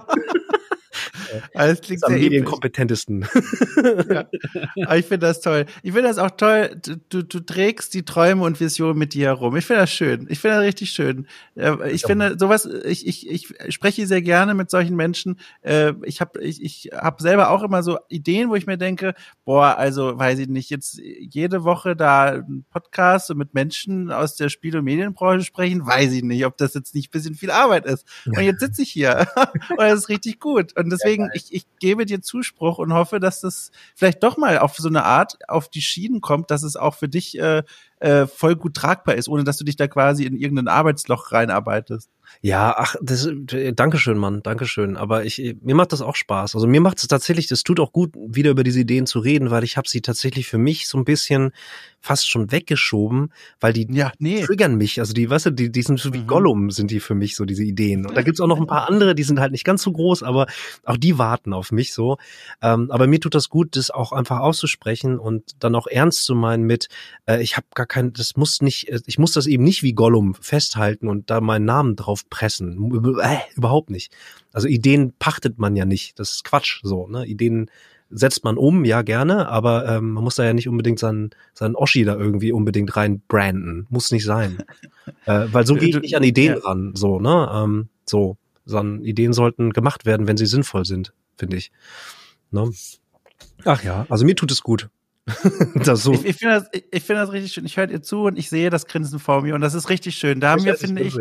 S1: Das klingt
S2: ist am
S1: sehr episch.
S2: medienkompetentesten?
S1: Ja. Aber ich finde das toll. Ich finde das auch toll. Du trägst die Träume und Visionen mit dir herum. Ich finde das schön. Ich finde das richtig schön. Ich finde sowas, ich spreche sehr gerne mit solchen Menschen. Ich hab selber auch immer so Ideen, wo ich mir denke, boah, also weiß ich nicht, jetzt jede Woche da einen Podcast und mit Menschen aus der Spiel- und Medienbranche sprechen, weiß ich nicht, ob das jetzt nicht ein bisschen viel Arbeit ist. Und jetzt sitze ich hier und das ist richtig gut. Und deswegen, ich gebe dir Zuspruch und hoffe, dass das vielleicht doch mal auf so eine Art auf die Schienen kommt, dass es auch für dich voll gut tragbar ist, ohne dass du dich da quasi in irgendein Arbeitsloch reinarbeitest.
S2: Ja, ach, Dankeschön, Mann, Dankeschön. Aber mir macht das auch Spaß. Also mir macht es tatsächlich, das tut auch gut, wieder über diese Ideen zu reden, weil ich habe sie tatsächlich für mich so ein bisschen fast schon weggeschoben, weil die triggern mich. Also weißt du, die sind so wie Gollum, sind die für mich so, diese Ideen. Und da gibt's auch noch ein paar andere, die sind halt nicht ganz so groß, aber auch die warten auf mich so. Aber mir tut das gut, das auch einfach auszusprechen und dann auch ernst zu meinen mit, ich habe gar kein, das muss nicht, ich muss das eben nicht wie Gollum festhalten und da meinen Namen drauf pressen. Überhaupt nicht. Also Ideen pachtet man ja nicht. Das ist Quatsch so, ne? Ideen setzt man um, ja gerne, aber man muss da ja nicht unbedingt seinen Oschi da irgendwie unbedingt rein branden. Muss nicht sein. Weil so gehe ich nicht an Ideen ran, so, ne? Sondern Ideen sollten gemacht werden, wenn sie sinnvoll sind, finde ich. Ne? Ach ja, also mir tut es gut. Das so.
S1: Ich finde das richtig schön. Ich höre dir zu und ich sehe das Grinsen vor mir und das ist richtig schön. Da haben wir, finde ich,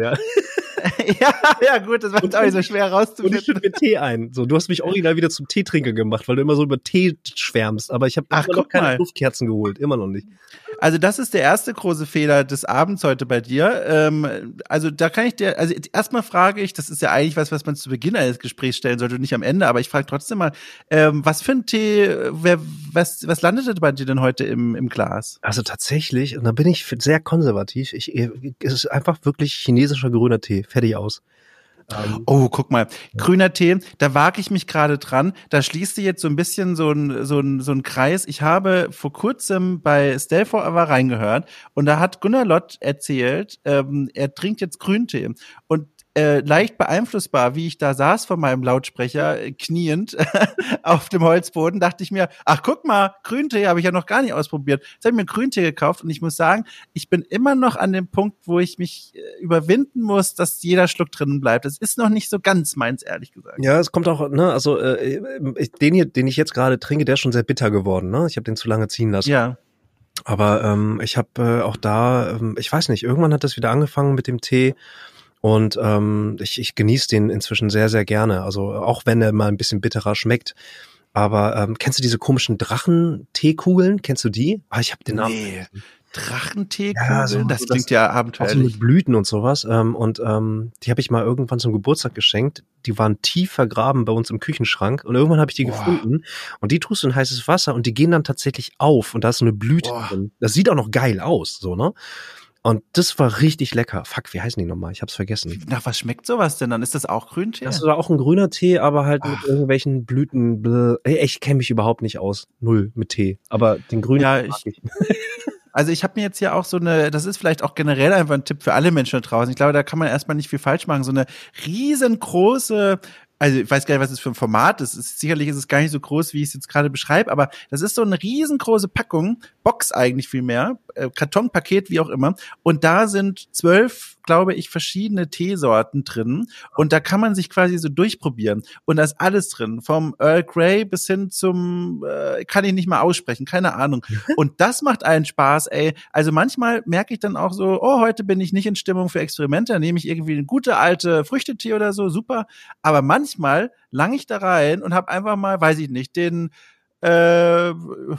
S1: ja, gut, das macht auch nicht so schwer rauszufinden.
S2: Und ich schütte mir Tee ein. So, du hast mich original wieder zum Teetrinker gemacht, weil du immer so über Tee schwärmst. Aber ich habe immer noch keine Duftkerzen geholt. Immer noch nicht.
S1: Also das ist der erste große Fehler des Abends heute bei dir. Also da kann ich dir, also erstmal frage ich, das ist ja eigentlich was man zu Beginn eines Gesprächs stellen sollte und nicht am Ende, aber ich frage trotzdem mal, was für ein Tee, was landete bei dir denn heute im Glas?
S2: Also tatsächlich, und da bin ich sehr konservativ, es ist einfach wirklich chinesischer grüner Tee. Fertig aus.
S1: Oh, guck mal, grüner Tee, da wage ich mich gerade dran. Da schließt sich jetzt so ein bisschen so ein Kreis. Ich habe vor kurzem bei Stell Forever reingehört und da hat Gunnar Lott erzählt, er trinkt jetzt Grüntee und leicht beeinflussbar, wie ich da saß vor meinem Lautsprecher, kniend auf dem Holzboden, dachte ich mir, ach guck mal, Grüntee habe ich ja noch gar nicht ausprobiert. Jetzt habe ich mir einen Grüntee gekauft und ich muss sagen, ich bin immer noch an dem Punkt, wo ich mich überwinden muss, dass jeder Schluck drinnen bleibt. Das ist noch nicht so ganz meins, ehrlich gesagt.
S2: Ja, es kommt auch, ne, also den ich jetzt gerade trinke, der ist schon sehr bitter geworden, ne? Ich habe den zu lange ziehen lassen.
S1: Ja.
S2: Aber ich habe auch da, ich weiß nicht, irgendwann hat das wieder angefangen mit dem Tee. Und ich genieße den inzwischen sehr, sehr gerne. Also auch wenn er mal ein bisschen bitterer schmeckt. Aber kennst du diese komischen Drachenteekugeln? Kennst du die? Ich habe den Namen.
S1: Nee. Drachenteekugeln?
S2: Ja,
S1: das klingt ja abenteuerlich.
S2: Auch so mit Blüten und sowas. Die habe ich mal irgendwann zum Geburtstag geschenkt. Die waren tief vergraben bei uns im Küchenschrank. Und irgendwann habe ich die gefunden. Und die tust du in heißes Wasser und die gehen dann tatsächlich auf. Und da ist so eine Blüte drin. Das sieht auch noch geil aus, so, ne? Und das war richtig lecker. Fuck, wie heißen die nochmal? Ich hab's vergessen.
S1: Nach was schmeckt sowas denn dann? Ist das auch Grüntee?
S2: Das war auch ein grüner Tee, aber halt mit irgendwelchen Blüten. Ich kenne mich überhaupt nicht aus. Null mit Tee. Aber den grünen mag ich.
S1: Also ich habe mir jetzt hier auch so eine, das ist vielleicht auch generell einfach ein Tipp für alle Menschen da draußen. Ich glaube, da kann man erstmal nicht viel falsch machen. So eine riesengroße, also ich weiß gar nicht, was das für ein Format ist. Sicherlich ist es gar nicht so groß, wie ich es jetzt gerade beschreibe, aber das ist so eine riesengroße Packung, Box eigentlich viel mehr, Kartonpaket, wie auch immer. Und da sind 12, glaube ich, verschiedene Teesorten drin. Und da kann man sich quasi so durchprobieren. Und da ist alles drin, vom Earl Grey bis hin zum, kann ich nicht mal aussprechen, keine Ahnung. Und das macht einen Spaß, ey. Also manchmal merke ich dann auch so, oh, heute bin ich nicht in Stimmung für Experimente, dann nehme ich irgendwie eine gute alte Früchtetee oder so, super. Aber manchmal lange ich da rein und habe einfach mal, weiß ich nicht, den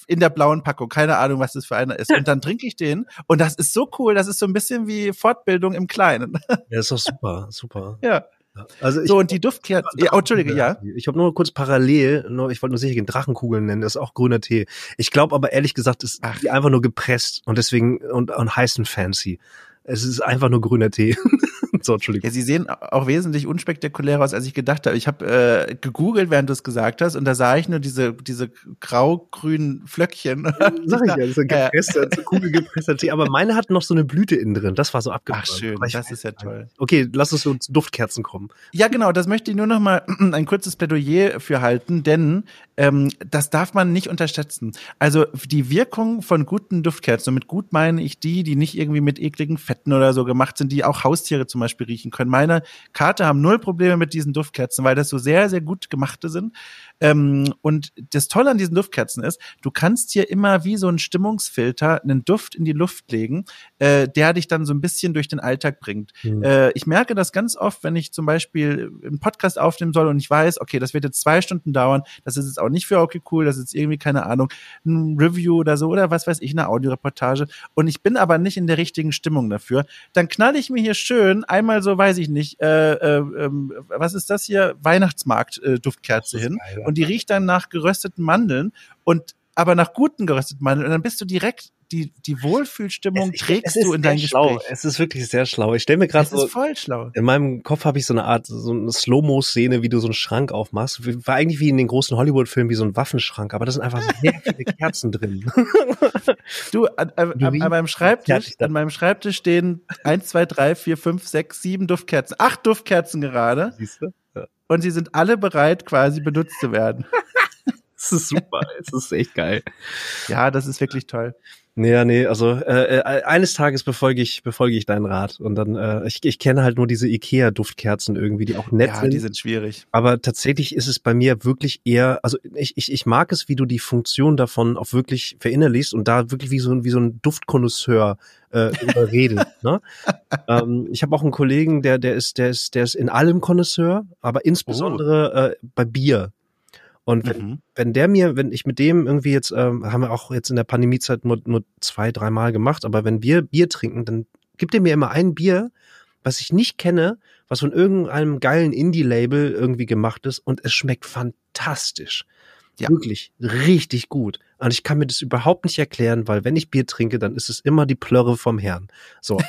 S1: in der blauen Packung, keine Ahnung, was das für einer ist. Und dann trinke ich den und das ist so cool, das ist so ein bisschen wie Fortbildung im Kleinen.
S2: Ja, ist doch super, super.
S1: Ja.
S2: Also
S1: so, und die Duftkerzen, ja, Entschuldige, ja.
S2: Ich habe nur kurz parallel, ich wollte nur sicher Drachenkugeln nennen, das ist auch grüner Tee. Ich glaube aber ehrlich gesagt, ist die einfach nur gepresst und deswegen und heiß und fancy. Es ist einfach nur grüner Tee. So, Entschuldigung.
S1: Ja, sie sehen auch wesentlich unspektakulärer aus, als ich gedacht habe. Ich habe gegoogelt, während du es gesagt hast, und da sah ich nur diese grau-grünen Flöckchen.
S2: Sag ich ja, das ist ein gepresster, kugelgepresster Tee. Aber meine hat noch so eine Blüte innen drin. Das war so abgefahren.
S1: Ach schön, das ist ja toll.
S2: Okay, lass uns zu Duftkerzen kommen.
S1: Ja, genau, das möchte ich nur noch mal ein kurzes Plädoyer für halten, denn das darf man nicht unterschätzen. Also die Wirkung von guten Duftkerzen, und mit gut meine ich die nicht irgendwie mit ekligen Fetten oder so gemacht sind, die auch Haustiere zum Beispiel riechen können. Meine Kater haben 0 Probleme mit diesen Duftkerzen, weil das so sehr, sehr gut gemachte sind. Und das Tolle an diesen Duftkerzen ist, du kannst hier immer wie so ein Stimmungsfilter einen Duft in die Luft legen, der dich dann so ein bisschen durch den Alltag bringt. Ich merke das ganz oft, wenn ich zum Beispiel einen Podcast aufnehmen soll und ich weiß, okay, das wird jetzt 2 Stunden dauern, das ist jetzt auch nicht für okay cool, das ist jetzt irgendwie, keine Ahnung, ein Review oder so oder was weiß ich, eine Audioreportage und ich bin aber nicht in der richtigen Stimmung dafür, dann knalle ich mir hier schön einmal so, weiß ich nicht, was ist das hier? Weihnachtsmarkt-Duftkerze hin.
S2: Geil,
S1: und die riecht dann nach gerösteten Mandeln aber nach guten gerösteten Mandeln und dann bist du direkt die Wohlfühlstimmung trägst du in dein Gespräch.
S2: Es ist wirklich sehr schlau. Ich stelle mir gerade so,
S1: es ist voll schlau.
S2: In meinem Kopf habe ich so eine Art, so eine Slow-Mo-Szene, wie du so einen Schrank aufmachst. War eigentlich wie in den großen Hollywood-Filmen, wie so ein Waffenschrank, aber da sind einfach so sehr viele Kerzen drin.
S1: Du, an meinem Schreibtisch stehen 1, 2, 3, 4, 5, 6, 7 Duftkerzen. 8 Duftkerzen gerade.
S2: Siehst du? Ja.
S1: Und sie sind alle bereit, quasi benutzt zu werden.
S2: Das ist super. Es ist echt geil.
S1: Ja, das ist wirklich toll.
S2: Nee, also eines Tages befolge ich deinen Rat und dann ich kenne halt nur diese Ikea-Duftkerzen irgendwie, die auch nett sind.
S1: Ja, die sind schwierig.
S2: Aber tatsächlich ist es bei mir wirklich eher, also ich mag es, wie du die Funktion davon auch wirklich verinnerlichst und da wirklich wie so ein Duftkonnoisseur überredet. Ne? Ich habe auch einen Kollegen, der ist in allem Konnoisseur, aber insbesondere bei Bier. Und wenn ich mit dem irgendwie jetzt, haben wir auch jetzt in der Pandemiezeit nur 2-3 Mal gemacht, aber wenn wir Bier trinken, dann gibt er mir immer ein Bier, was ich nicht kenne, was von irgendeinem geilen Indie-Label irgendwie gemacht ist und es schmeckt fantastisch. Ja. Wirklich, richtig gut. Und ich kann mir das überhaupt nicht erklären, weil wenn ich Bier trinke, dann ist es immer die Plörre vom Herrn. So.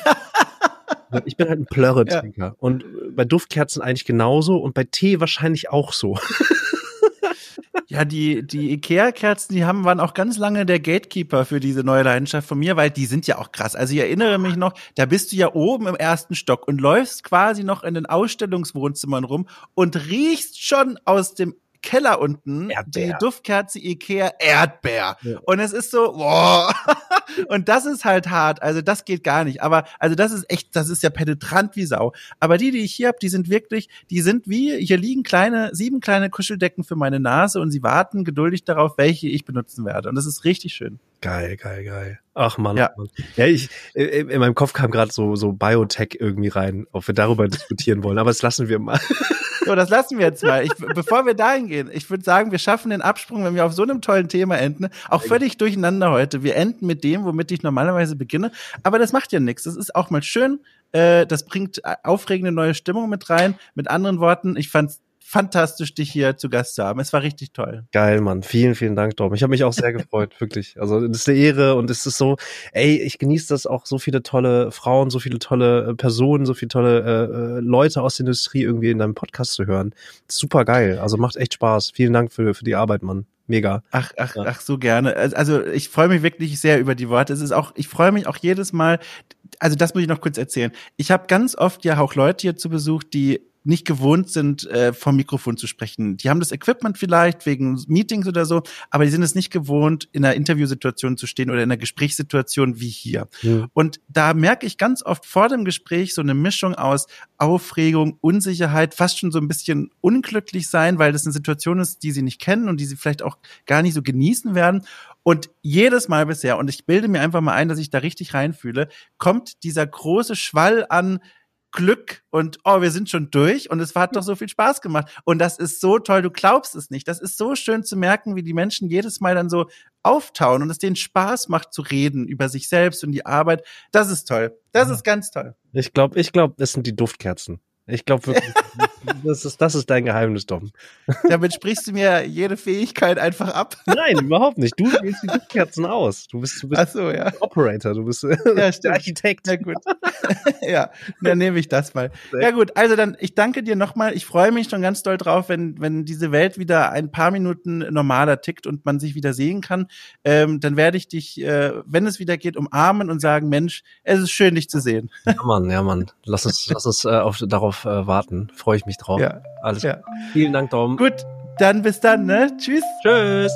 S2: Ich bin halt ein Plörre-Trinker. Ja. Und bei Duftkerzen eigentlich genauso und bei Tee wahrscheinlich auch so.
S1: Ja, die Ikea-Kerzen, waren auch ganz lange der Gatekeeper für diese neue Leidenschaft von mir, weil die sind ja auch krass. Also ich erinnere mich noch, da bist du ja oben im 1. Stock und läufst quasi noch in den Ausstellungswohnzimmern rum und riechst schon aus dem Keller unten
S2: Erdbeer.
S1: Die Duftkerze Ikea Erdbeer. Ja. Und es ist so, boah. Und das ist halt hart. Also das geht gar nicht. Aber also das ist ja penetrant wie Sau. Aber die ich hier habe, die sind wie, hier liegen 7 kleine Kuscheldecken für meine Nase und sie warten geduldig darauf, welche ich benutzen werde. Und das ist richtig schön.
S2: Geil. Ach Mann. Ja, in meinem Kopf kam gerade so Biotech irgendwie rein, ob wir darüber diskutieren wollen. Aber das lassen wir mal.
S1: So, das lassen wir jetzt mal. Bevor wir dahin gehen, ich würde sagen, wir schaffen den Absprung, wenn wir auf so einem tollen Thema enden. Auch völlig durcheinander heute. Wir enden mit dem, womit ich normalerweise beginne. Aber das macht ja nichts. Das ist auch mal schön. Das bringt aufregende neue Stimmung mit rein. Mit anderen Worten, ich fand's fantastisch, dich hier zu Gast zu haben. Es war richtig toll.
S2: Geil, Mann. Vielen, vielen Dank, Torben. Ich habe mich auch sehr gefreut, wirklich. Also das ist eine Ehre und es ist so, ich genieße das auch, so viele tolle Frauen, so viele tolle Personen, so viele tolle Leute aus der Industrie irgendwie in deinem Podcast zu hören. Super geil. Also macht echt Spaß. Vielen Dank für die Arbeit, Mann. Mega.
S1: Ach, so gerne. Also ich freue mich wirklich sehr über die Worte. Ich freue mich auch jedes Mal, also das muss ich noch kurz erzählen. Ich habe ganz oft ja auch Leute hier zu Besuch, die nicht gewohnt sind, vom Mikrofon zu sprechen. Die haben das Equipment vielleicht wegen Meetings oder so, aber die sind es nicht gewohnt, in einer Interviewsituation zu stehen oder in einer Gesprächssituation wie hier. Ja. Und da merke ich ganz oft vor dem Gespräch so eine Mischung aus Aufregung, Unsicherheit, fast schon so ein bisschen unglücklich sein, weil das eine Situation ist, die sie nicht kennen und die sie vielleicht auch gar nicht so genießen werden. Und jedes Mal bisher, und ich bilde mir einfach mal ein, dass ich da richtig reinfühle, kommt dieser große Schwall an Glück und oh, wir sind schon durch und es hat doch so viel Spaß gemacht. Und das ist so toll, du glaubst es nicht. Das ist so schön zu merken, wie die Menschen jedes Mal dann so auftauen und es denen Spaß macht zu reden über sich selbst und die Arbeit. Das ist toll. Das ist ganz toll.
S2: Ich glaube, das sind die Duftkerzen. Ich glaube wirklich, das ist dein Geheimnis, Dom.
S1: Damit sprichst du mir jede Fähigkeit einfach ab.
S2: Nein, überhaupt nicht. Du wählst die Duftkerzen aus. Du bist
S1: Ach so, ja.
S2: Operator, du bist der Architekt.
S1: Ja, gut. Ja, dann nehme ich das mal. Ja gut, also dann, ich danke dir nochmal. Ich freue mich schon ganz doll drauf, wenn diese Welt wieder ein paar Minuten normaler tickt und man sich wieder sehen kann. Dann werde ich dich, wenn es wieder geht, umarmen und sagen, Mensch, es ist schön, dich zu sehen.
S2: Ja, Mann. Lass uns darauf warten. Freue ich mich drauf.
S1: Ja.
S2: Alles gut. Vielen Dank, Dom.
S1: Gut, dann bis dann, ne? Tschüss.
S2: Tschüss.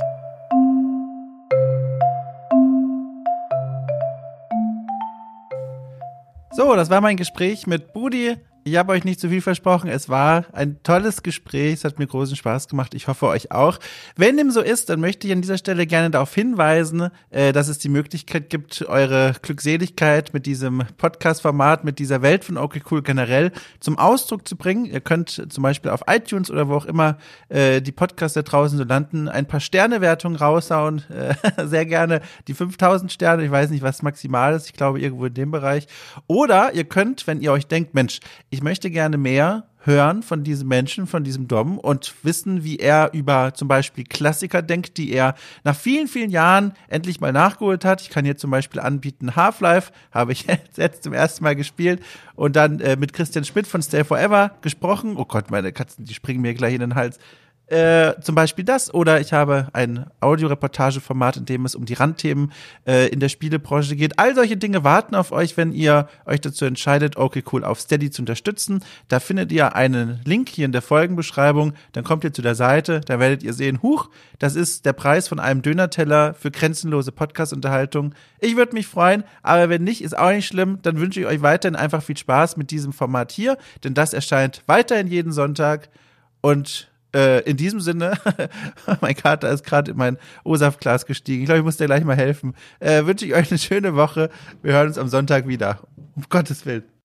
S1: So, das war mein Gespräch mit Budi. Ich habe euch nicht zu viel versprochen. Es war ein tolles Gespräch. Es hat mir großen Spaß gemacht. Ich hoffe, euch auch. Wenn dem so ist, dann möchte ich an dieser Stelle gerne darauf hinweisen, dass es die Möglichkeit gibt, eure Glückseligkeit mit diesem Podcast-Format, mit dieser Welt von okay cool generell zum Ausdruck zu bringen. Ihr könnt zum Beispiel auf iTunes oder wo auch immer die Podcasts da draußen so landen, ein paar Sternewertungen raushauen. Sehr gerne die 5000 Sterne. Ich weiß nicht, was maximal ist. Ich glaube, irgendwo in dem Bereich. Oder ihr könnt, wenn ihr euch denkt, Mensch, ich möchte gerne mehr hören von diesem Menschen, von diesem Dom und wissen, wie er über zum Beispiel Klassiker denkt, die er nach vielen, vielen Jahren endlich mal nachgeholt hat. Ich kann hier zum Beispiel anbieten Half-Life, habe ich jetzt zum ersten Mal gespielt und dann mit Christian Schmidt von Stay Forever gesprochen. Oh Gott, meine Katzen, die springen mir gleich in den Hals. Zum Beispiel das, oder ich habe ein Audioreportageformat, in dem es um die Randthemen in der Spielebranche geht. All solche Dinge warten auf euch, wenn ihr euch dazu entscheidet, okay cool auf Steady zu unterstützen. Da findet ihr einen Link hier in der Folgenbeschreibung, dann kommt ihr zu der Seite, da werdet ihr sehen, das ist der Preis von einem Dönerteller für grenzenlose Podcast-Unterhaltung. Ich würde mich freuen, aber wenn nicht, ist auch nicht schlimm, dann wünsche ich euch weiterhin einfach viel Spaß mit diesem Format hier, denn das erscheint weiterhin jeden Sonntag und in diesem Sinne, mein Kater ist gerade in mein O-Saft-Glas gestiegen. Ich glaube, ich muss dir gleich mal helfen. Wünsche ich euch eine schöne Woche. Wir hören uns am Sonntag wieder. Um Gottes Willen.